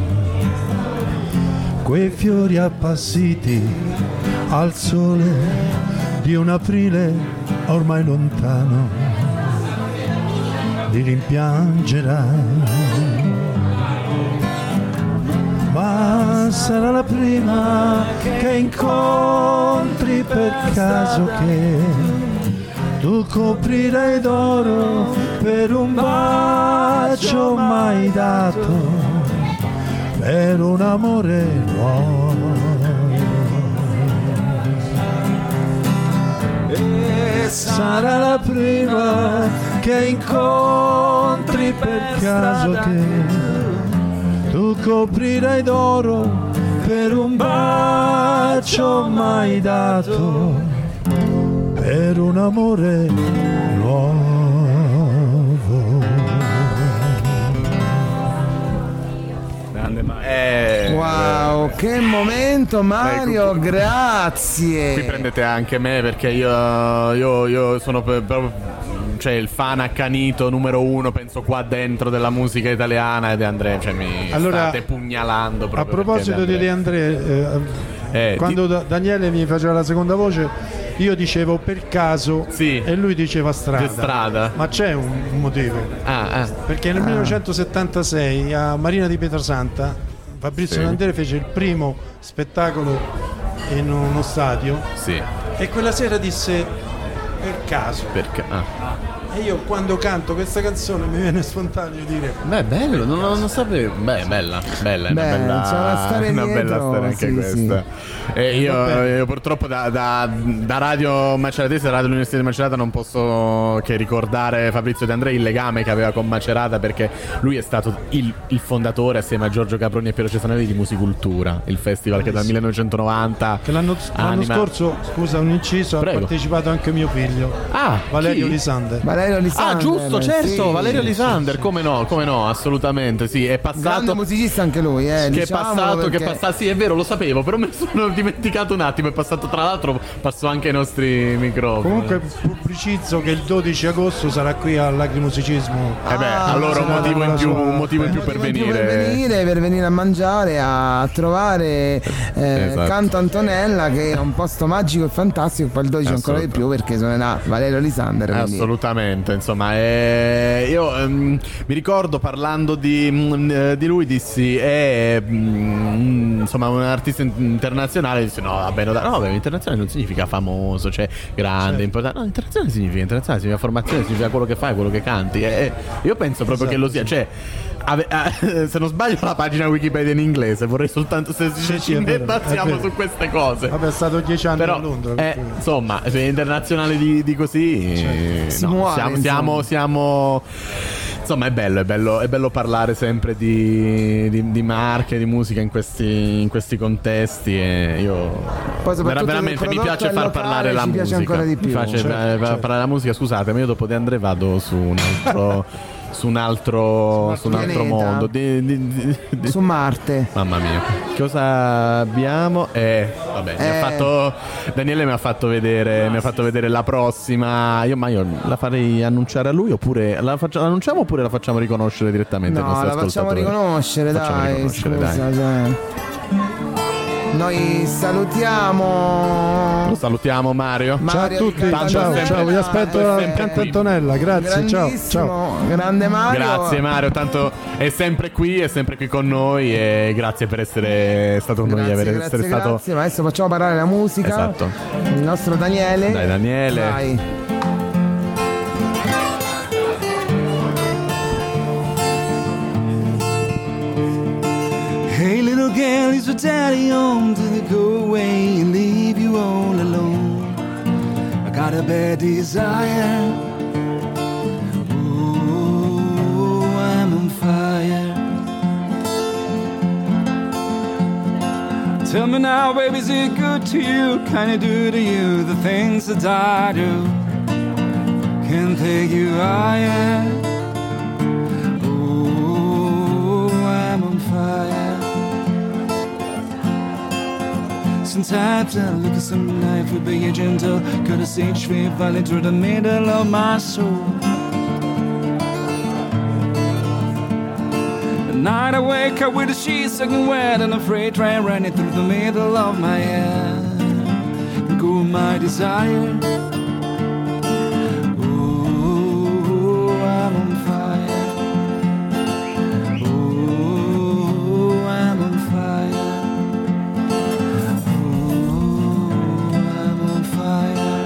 quei fiori appassiti al sole di un aprile ormai lontano, li rimpiangerai, ma sarà la prima che incontri per caso che tu coprirai d'oro per un bacio mai dato per un amore nuovo. E sarà la prima che incontri per caso, che tu coprirai d'oro per un bacio mai dato, per un amore nuovo. Eh, Wow, che momento Mario, Ecco. grazie. Qui prendete anche me perché io, io, io sono per- proprio, cioè, il fan accanito numero uno, penso qua dentro, della musica italiana, ed è Andrea, cioè mi Allora, state pugnalando A proprio. proposito di De André, eh, Eh, quando di- Da- Daniele mi faceva la seconda voce, io dicevo per caso Sì. e lui diceva strada. Di strada. Ma c'è un, un motivo. Ah, ah. Perché nel millenovecentosettantasei a Marina di Pietrasanta Fabrizio Sì. De André fece il primo spettacolo in uno stadio Sì, e quella sera disse per caso. perché? Ah. E io quando canto questa canzone mi viene spontaneo dire Beh, bello, non, non sapevo. Beh, bella, bella, è una Beh, bella, c'è una storia una bella dietro, storia anche sì, questa. E io, vabbè. io purtroppo da, da, da Radio Maceratese, da Radio Università di Macerata, non posso che ricordare Fabrizio De André, il legame che aveva con Macerata, perché lui è stato il, il fondatore assieme a Giorgio Caproni e Piero Cesanelli di Musicultura, il festival che dal millenovecentonovanta che l'anno, l'anno anima- scorso, scusa un inciso, Prego. ha partecipato anche mio figlio Ah, Valerio chi? Lisander. Valerio Lisander. Ah, giusto, certo, sì. Valerio Lisander, come no, come no, assolutamente, sì, è Grande passato. musicista anche lui, eh, Che è diciamolo, passato, che perché- è passato, sì, è vero, lo sapevo, però mi sono dimenticato un attimo. È passato, tra l'altro, passò anche ai nostri microfoni. Comunque pubblicizzo che il dodici agosto sarà qui all'Agrimomusicismo. eh beh, Ah, allora un sarà motivo in la più, sua- un motivo in più Un per motivo in più venire. per venire, per venire a mangiare, a trovare eh, Esatto. Canto Antonella, che è un posto magico e fantastico. Poi il dodici ancora di più, perché suonerà Valerio Lisander. quindi- Assolutamente, insomma, eh, io ehm, mi ricordo parlando di, mm, eh, di lui, dissi, è mm, insomma un artista in- internazionale, dissi no, vabbè, no, no, vabbè, internazionale non significa famoso, cioè grande, importante, no, internazionale significa internazionale, significa formazione, significa quello che fai, quello che canti, e io penso proprio che lo sia, cioè ave- eh, se non sbaglio la pagina Wikipedia in inglese, vorrei soltanto se Sì, ci sì, è vero, è imbazziamo vero. su queste cose. Vabbè, è stato dieci anni Però, a Londra. eh, per cui- insomma, se è internazionale di, di così, Si no, muore, siamo, insomma. siamo, siamo- insomma, è bello, è bello, è bello parlare sempre di, di, di marche, di musica in questi, in questi contesti. E io Poi soprattutto vera- che veramente il mi prodotto piace è far locale, parlare la ci piace musica. ancora di più. Mi piace Certo, eh, certo. parlare la musica. Scusate, ma io dopo De André vado su un altro. Su un altro, su un altro pianeta. mondo. Di- di- di- di- Su Marte. Mamma mia, cosa abbiamo? Eh, vabbè, mi ha Eh. fatto, Daniele mi ha fatto vedere, mi ha fatto vedere la prossima. Io, ma io la farei annunciare a lui, oppure la, faccia- la annunciamo oppure la facciamo riconoscere direttamente ai No, nostri la facciamo ascoltatori? riconoscere, Facciamo dai. riconoscere, scusa, dai. cioè. Noi salutiamo Lo salutiamo, Mario. Ciao a Mario tutti, di Tanto ciao, sempre- ciao, vi aspetto è a sempre Canto qui. Antonella, grazie, ciao, grandissimo, ciao. grande Mario. Grazie Mario, tanto è sempre qui, è sempre qui con noi e grazie per essere stato con noi, Grazie, aver grazie, essere stato. grazie. Ma adesso facciamo parlare la musica. Esatto. Il nostro Daniele. Dai Daniele. Vai. Hey little girl, is your daddy home? Did he go away and leave you all alone? I got a bad desire. Oh, I'm on fire. Tell me now, baby, is it good to you? Can I do to you the things that I do? Can take you higher. Oh, I'm on fire. Sometimes I look at some life with be gentle, cut a sage tree falling through the middle of my soul. At night I wake up with the sheets soaking wet and a freight train running through the middle of my head. And go my desire. Oh, I'm on fire. Oh, I'm on fire. I'm on fire.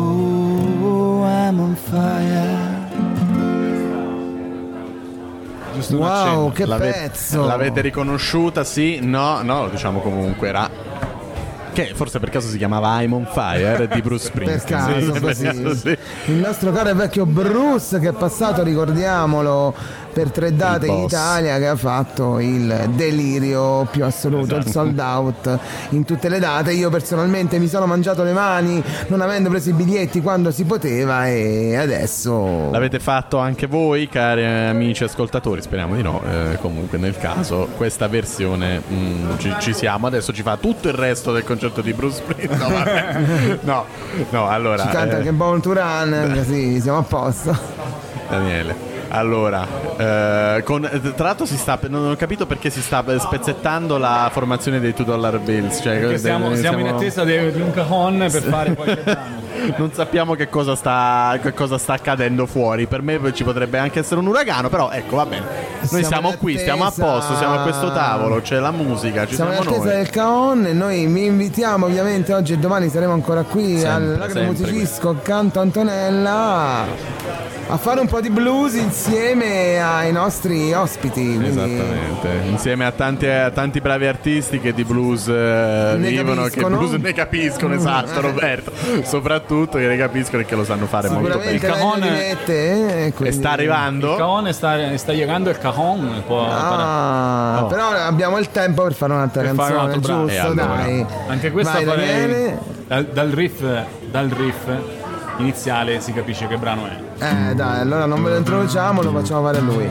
Oh, I'm on fire. Giusto un Wow, accenno. che L'ave- pezzo! L'avete riconosciuta? Sì? No? No, lo diciamo comunque. Era. Che forse per caso si chiamava I'm on Fire di Bruce Per Springsteen. caso, Sì, così. per caso sì. Il nostro caro e vecchio Bruce, che è passato, ricordiamolo, per tre date Il in boss. Italia, che ha fatto il delirio più assoluto, Esatto. il sold out in tutte le date. Io personalmente mi sono mangiato le mani non avendo preso i biglietti quando si poteva, e adesso L'avete fatto anche voi, cari amici ascoltatori? Speriamo di no. Eh, comunque, nel caso, questa versione mm, ci, ci siamo. Adesso ci fa tutto il resto del concerto di Bruce Springsteen. No, vabbè. no, no, allora. ci canta eh, anche Born to Run, così siamo a posto. Daniele. Allora, eh, con, tra l'altro si sta, non ho capito perché si sta spezzettando la formazione dei two dollar bills. Cioè, Perché siamo, siamo in attesa di, di un cajon per fare qualche danno. Non sappiamo che cosa sta che cosa sta accadendo fuori. Per me ci potrebbe anche essere un uragano, però ecco, va bene. Noi Siamo siamo in qui, stiamo a attesa. posto, siamo a questo tavolo, c'è la musica, ci Siamo in siamo attesa noi. del Caon e noi vi invitiamo, ovviamente oggi e domani saremo ancora qui Sempre, al Lago del sempre Musicisco accanto a Antonella a fare un po' di blues insieme ai nostri ospiti. Quindi Esattamente, insieme a tanti, a tanti bravi artisti che di blues eh, Ne vivono, che capiscono. blues ne capiscono, esatto Roberto, soprattutto che ne capiscono e che lo sanno fare molto bene. sicuramente Il lei Cajon- li mette, eh, E quindi- sta Il arrivando? cajon sta, sta llegando il cajon. Può Ah, Oh. però abbiamo il tempo per fare un'altra Per fare un canzone, altro brano. giusto? E allora? Dai. Anche questa Vai, farei- Daniele. dal, dal riff dal riff iniziale si capisce che brano è. Eh dai, allora non ve lo introduciamo, lo facciamo fare a lui.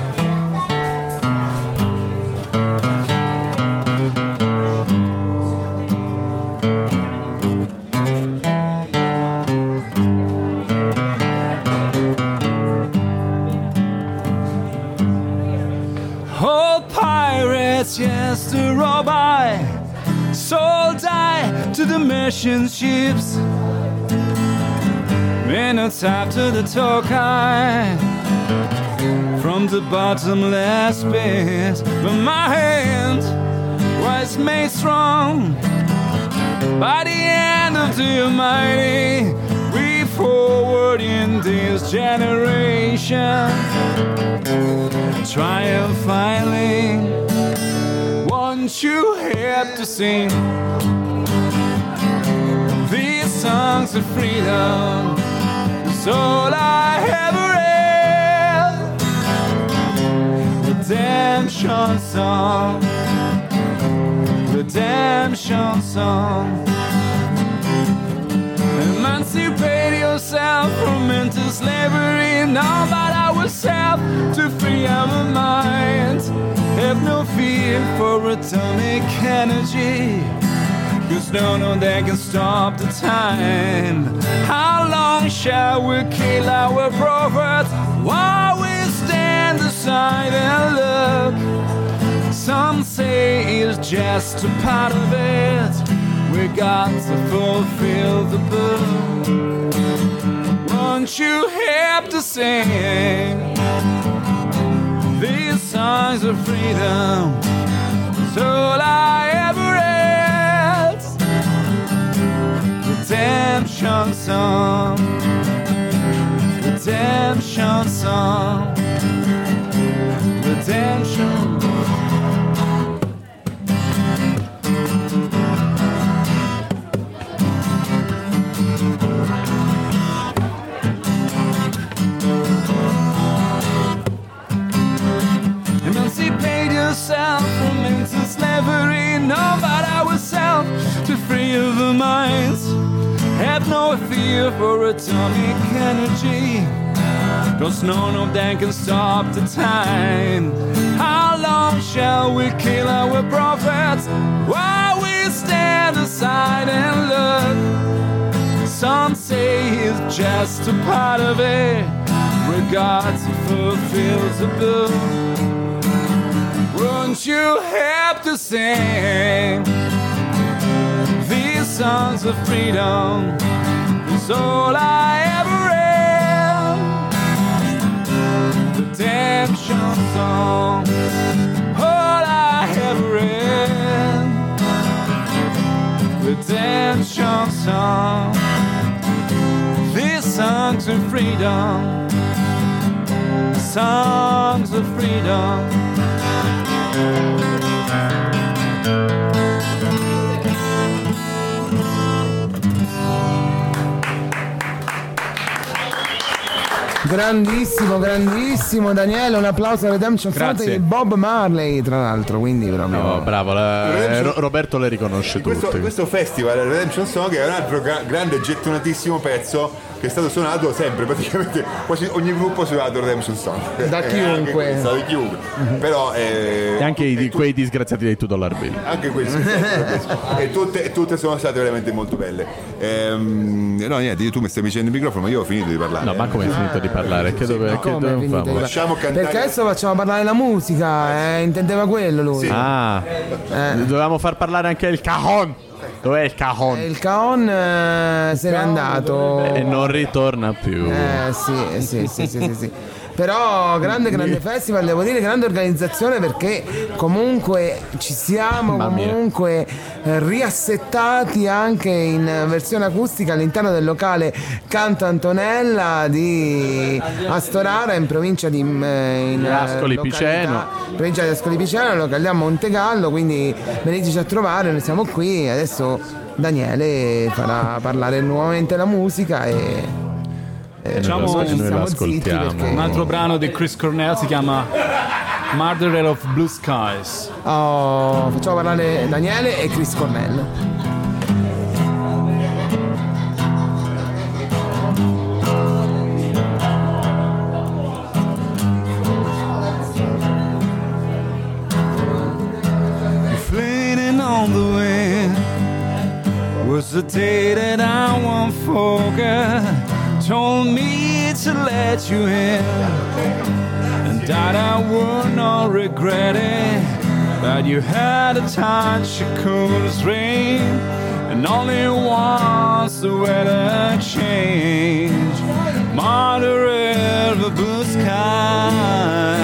All pirates, yes, to rob I, sold I to the merchant ships. Minutes after the Tokai, from the bottomless pit, but my hand was made strong by the hand of the Almighty. We forward in this generation, triumphantly. Won't you help to sing these songs of freedom? It's all I ever had. Redemption song, redemption song. Emancipate yourself from mental slavery. Now but ourselves to free our minds. Have no fear for atomic energy, 'cause no one that can stop the time. How long shall we kill our prophets while we stand aside and look? Some say it's just a part of it. We got to fulfill the book. Won't you help to sing these songs of freedom? It's all I ever had. Redemption song, redemption song, redemption. Emancipate yourself from mental slavery. No, but ourselves to free our minds. Have no fear for atomic energy, 'cause none of them can stop the time. How long shall we kill our prophets while we stand aside and look? Some say it's just a part of it. We got to fulfill the book. Won't you help to sing these songs of freedom? It's all I ever had. Redemption song, all I ever had. Redemption song, these songs of freedom, songs songs of freedom. Grandissimo, grandissimo Daniele, un applauso a Redemption Song di Bob Marley, tra l'altro, quindi proprio... No, bravo, la, eh, Roberto le riconosce questo, tutte. questo festival Redemption Song è un altro gra- grande gettonatissimo pezzo che è stato suonato sempre, praticamente quasi ogni gruppo ha suonato Redemption Song da chiunque, questo, da chiunque. Però eh, e anche i, di, tu- quei disgraziati dei two dollar bill, anche questi e tutte, tutte sono state veramente molto belle. Ehm, no niente, tu mi stai dicendo il microfono, ma io ho finito di parlare. no ma come hai finito di parlare? Che dove, no, che come dove finite? famo? Lasciamo cantare. Perché adesso facciamo parlare la musica, eh, intendeva quello lui. Sì. Ah, dovevamo far parlare anche il cajon. Dov'è il cajon? E il Caon eh, se n'è andato E non ritorna più. Eh sì, sì, sì, sì, sì, sì. Però grande grande festival, devo dire, grande organizzazione, perché comunque ci siamo Mamma mia. comunque eh, riassettati anche in versione acustica all'interno del locale Canto Antonella di Astorara, in provincia di eh, in, Ascoli località- Piceno. provincia di Ascoli Piceno, località Montegallo, quindi veniteci a trovare, noi siamo qui. Adesso Daniele farà parlare nuovamente la musica e Facciamo noi noi lo siamo zitti ascoltiamo. perché- un altro brano di Chris Cornell, si chiama Murderer of Blue Skies. Oh, facciamo parlare Daniele e Chris Cornell. Flailing on the wind was the day that I won't forget. Told me to let you in, and that I would not regret it. That you had a touch of cool as rain, and only once the weather changed. Murderer of the blue sky.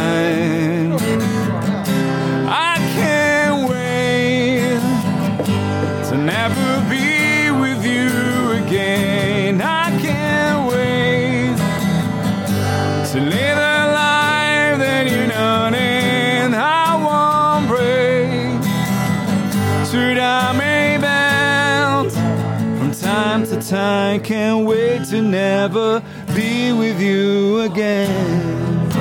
I can't wait to never be with you again. I can't wait to live a life that you know, and I won't break. Should I may bend from time to time? Can't wait to never be with you again.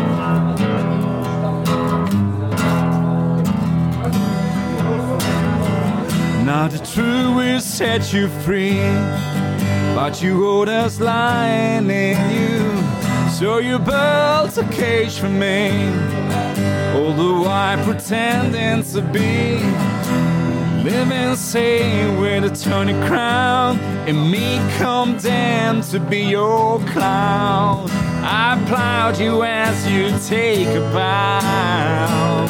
Now the truth will set you free, but you hold us lying in you. So you built a cage for me, although I pretending to be living sane with a Tony crown, and me condemned to be your clown. I plowed you as you take a bow.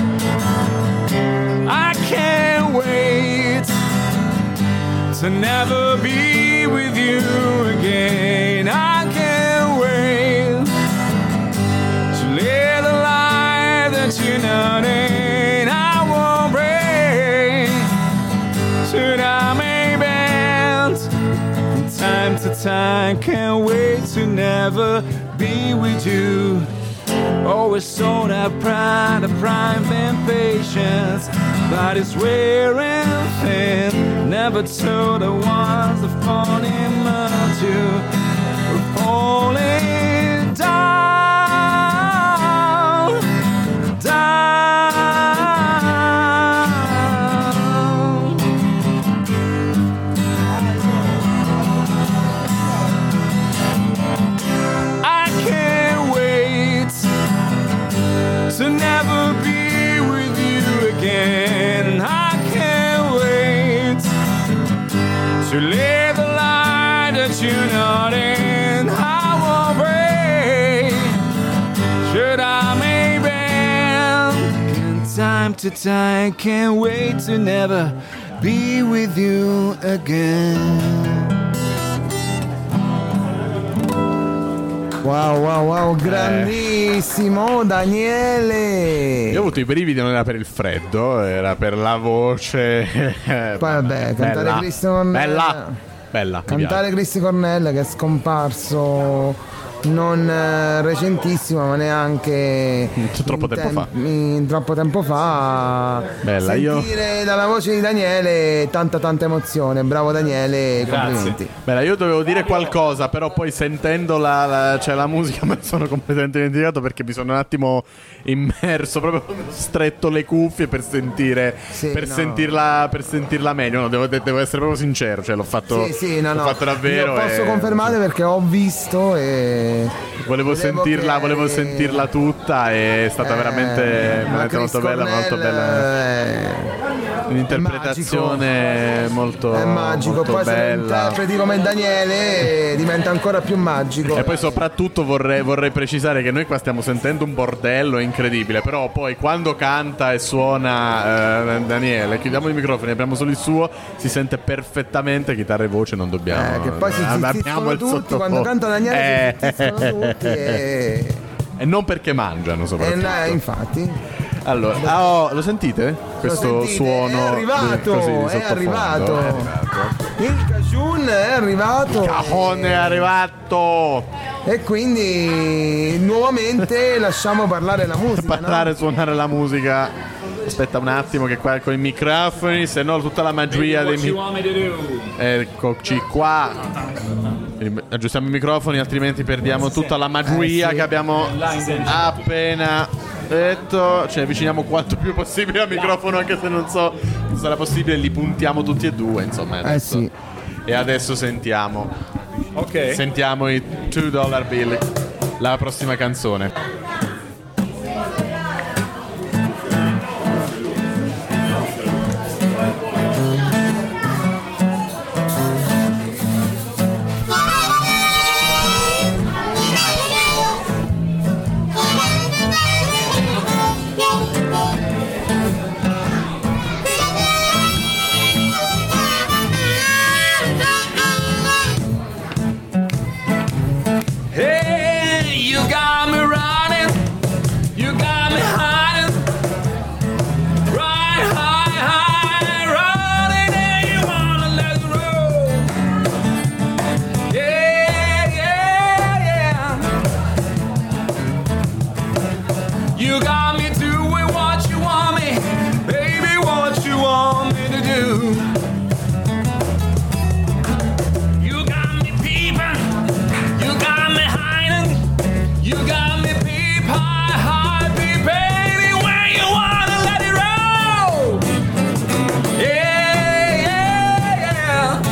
I can't wait to never be with you again. I can't wait to live the life that you know, and I won't break. Should I may bend from time to time? Can't wait to never be with you. Always saw that pride, the pride and patience, but it's wearing thin. Never told the ones that falling much you were falling down, down. I can't wait to never be with you again. I can't wait to live the life that you know, and I won't break. Should I may bend from time to time? Can't wait to never be with you again. Wow, wow, wow, grandissimo Daniele. Io ho avuto i brividi, non era per il freddo, era per la voce. Poi vabbè, cantare Bella. Cristo Cornell. Bella, bella. mi Cantare piace. Cristi Cornell, che è scomparso non eh, recentissimo, ma neanche troppo in tempo fa. in troppo tempo fa. Bella, Sentire io... dalla voce di Daniele tanta tanta emozione. Bravo Daniele, complimenti. Bella, io dovevo dire qualcosa, però poi sentendo la, la, cioè la musica me ne sono completamente dimenticato, perché mi sono un attimo immerso, proprio stretto le cuffie per sentire Sì, per no. sentirla per sentirla meglio. No, devo, devo essere proprio sincero, cioè l'ho fatto, Sì, sì, no, l'ho no. fatto davvero. Lo posso e... confermare perché ho visto e Volevo, volevo sentirla, che- volevo sentirla tutta, e è stata Eh, veramente, ma veramente molto Chris bella, molto Cornell, bella. eh, Un'interpretazione molto, è magico. molto Poi se lo bella. interpreti come Daniele eh, diventa ancora più magico. E poi soprattutto vorrei, vorrei precisare che noi qua stiamo sentendo un bordello incredibile, però poi quando canta e suona eh, Daniele, chiudiamo i microfoni, apriamo solo il suo, si sente perfettamente chitarra e voce, non dobbiamo. Eh, che poi si abbiamo zittiscono il tutti sottofondo. quando canta Daniele, Eh. si zittiscono tutti e, E non perché mangiano e soprattutto. eh, infatti Allora, ah, oh, lo sentite? Questo sentite? suono È arrivato, così di è sottofondo? arrivato. È arrivato. il Cajun è arrivato Cajon è arrivato. e quindi nuovamente lasciamo parlare la musica, Parlare, no? suonare la musica. Aspetta un attimo che qua con i microfoni, se no tutta la magia dei mi- Eccoci qua. Quindi aggiustiamo i microfoni, altrimenti perdiamo tutta la magia Eh, sì. che abbiamo appena detto. Ci avviciniamo quanto più possibile al microfono, anche se non so se sarà possibile, li puntiamo tutti e due, insomma. Eh Adesso. sì. E adesso sentiamo. Ok. Sentiamo i two dollar bill, la prossima canzone. Hey, you got me running, you got me hiding, right high, high, running, and you wanna let it roll. Yeah, yeah, yeah. You got me doing what you want me, baby, what you want me to do. You got me peeping. You got me hiding, you got me peep high, high, peep baby, where you wanna let it roll. Yeah, yeah, yeah.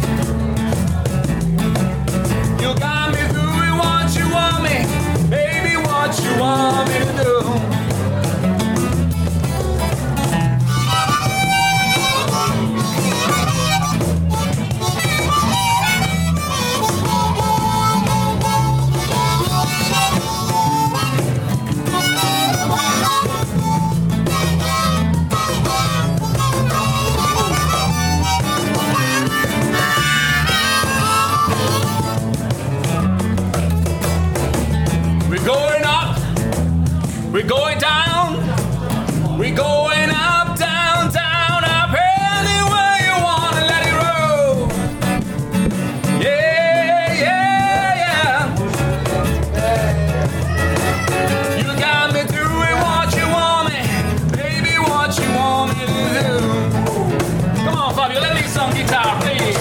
You got me doing what you want me, baby, what you want me to do. We're going up, we're going down, we're going up, down, down, up, anywhere you wanna let it roll. Yeah, yeah, yeah. You got me doing what you want me, baby, what you want me to do. Come on, Fabio, let me some guitar, please.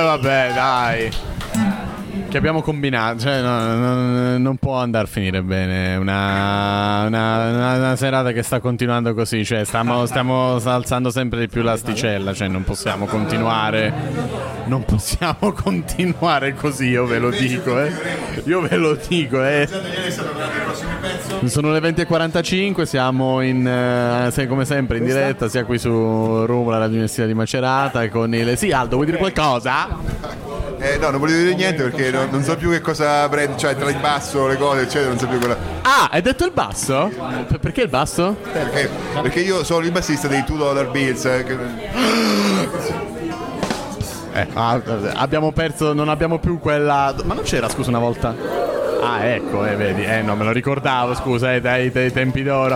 vabbè, dai. Che abbiamo combinato, cioè no, no, non può andare a finire bene una, una, una, una serata che sta continuando così, cioè stiamo, stiamo alzando sempre di più l'asticella, cioè non possiamo continuare, non possiamo continuare così, io ve lo dico, eh. Io ve lo dico, eh. Sono le venti e quarantacinque, siamo in, eh, come sempre in diretta, sia qui su Roma, la Università di Macerata, con il... Sì, Aldo, vuoi dire qualcosa? Eh, no, non volevo dire niente perché non, non so più che cosa prendo, cioè tra il basso, le cose, eccetera, non so più cosa. Ah, hai detto il basso? P- perché il basso? Perché, perché io sono il bassista dei two dollar bills. Eh, che... eh, ah, abbiamo perso, non abbiamo più quella. Ma non c'era, scusa, una volta? Ah, ecco, eh, vedi, eh no, me lo ricordavo, scusa, eh, dai, dai tempi d'oro.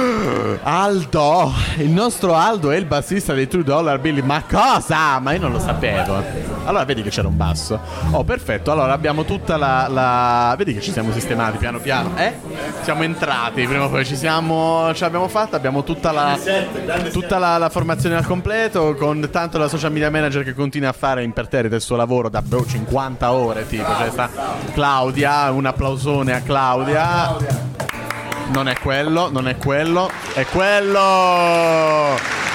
Aldo, il nostro Aldo è il bassista dei two dollar bill. Ma cosa? Ma io non lo sapevo. Allora vedi che c'era un basso. Oh, perfetto, allora abbiamo tutta la, la... Vedi che ci siamo sistemati piano piano. Eh? Siamo entrati, prima o poi ci siamo... Ce l'abbiamo fatta, abbiamo tutta la Tutta la, la formazione al completo, con tanto la social media manager che continua a fare imperterrito il suo lavoro da boh, cinquanta ore tipo. Cioè sta Claudia, un applausone a Claudia. Non è quello, non è quello, è quello!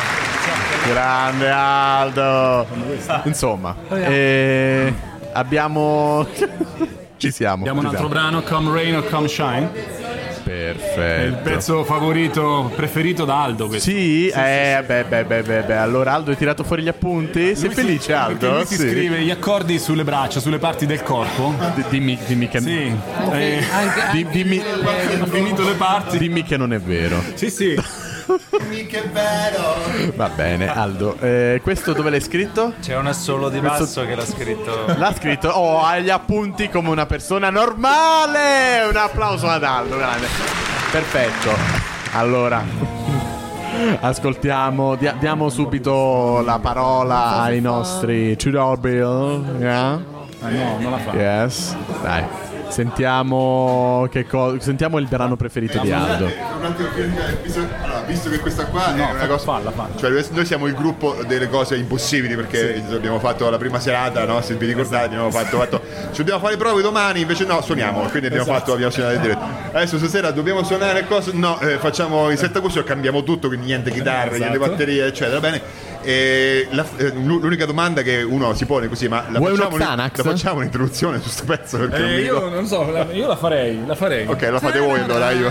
Grande Aldo! Insomma, eh, abbiamo... ci siamo. Abbiamo ci un altro siamo. brano, Come Rain or Come Shine. Perfetto. È il pezzo favorito, preferito da Aldo questo. Sì, sì, eh, sì, beh, beh, beh, beh, beh. Allora Aldo, hai tirato fuori gli appunti? Sei Lui felice, si, Aldo? Lui si sì. scrive gli accordi sulle braccia, sulle parti del corpo. D- dimmi, dimmi che... Sì. Anche, Eh, anche, di- anche dimmi... ha finito le parti. Dimmi che non è vero. Sì, sì. Che bello! Va bene, Aldo. Eh, questo dove l'hai scritto? C'è un assolo di basso che l'ha scritto. L'ha scritto, oh, ha gli appunti come una persona normale. Un applauso ad Aldo, grande. Perfetto. Allora, ascoltiamo, dia- diamo subito la parola ai nostri two-dollar bill. Yeah? Ah, no, non la fa. Yes. Dai. Sentiamo che co- sentiamo il brano preferito di Aldo. Un attimo, visto, allora, visto che questa qua No, è una cosa. falla, falla. Cioè, noi siamo il gruppo delle cose impossibili perché abbiamo fatto la prima serata, no? Se vi ricordate, abbiamo fatto, fatto ci dobbiamo fare le prove domani, invece no, suoniamo. Quindi abbiamo fatto, abbiamo suonato in diretta. Adesso stasera dobbiamo suonare cose. No, eh, facciamo il set acustica, cambiamo tutto, quindi niente chitarre, niente batterie, eccetera. Bene. E la, eh, l'unica domanda che uno si pone così, ma la Vuoi uno facciamo, Xanax? la facciamo un'introduzione su sto pezzo perché non mi Eh, ricordo. io non so, la- io la farei, la farei. Ok, la fate voi allora io.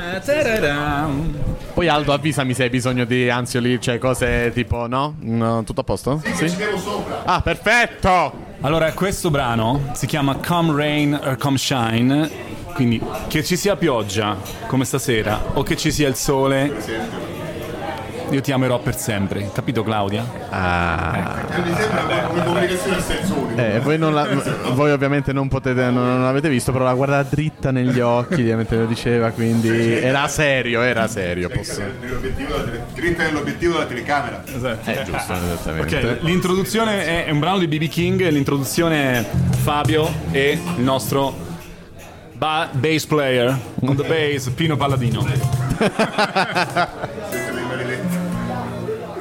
Poi Aldo, avvisami se hai bisogno di ansioli, cioè cose tipo, no? No, tutto a posto? Sì. Ci devo sopra. Ah, perfetto! Allora, questo brano si chiama Come Rain or Come Shine, quindi che ci sia pioggia come stasera o che ci sia il sole, io ti amerò per sempre, capito Claudia? Ah. Mi sembra una comunicazione a senso unico. Eh, voi, non la, voi ovviamente non potete, non, non l'avete visto, però la guarda dritta negli occhi, ovviamente lo diceva, quindi era serio, era serio. Posso... Nell'obiettivo della tele- dritta nell'obiettivo della telecamera. È giusto, esattamente. Ok, l'introduzione è, è un brano di B B King, l'introduzione è Fabio e il nostro ba- bass player on the bass, Pino Palladino.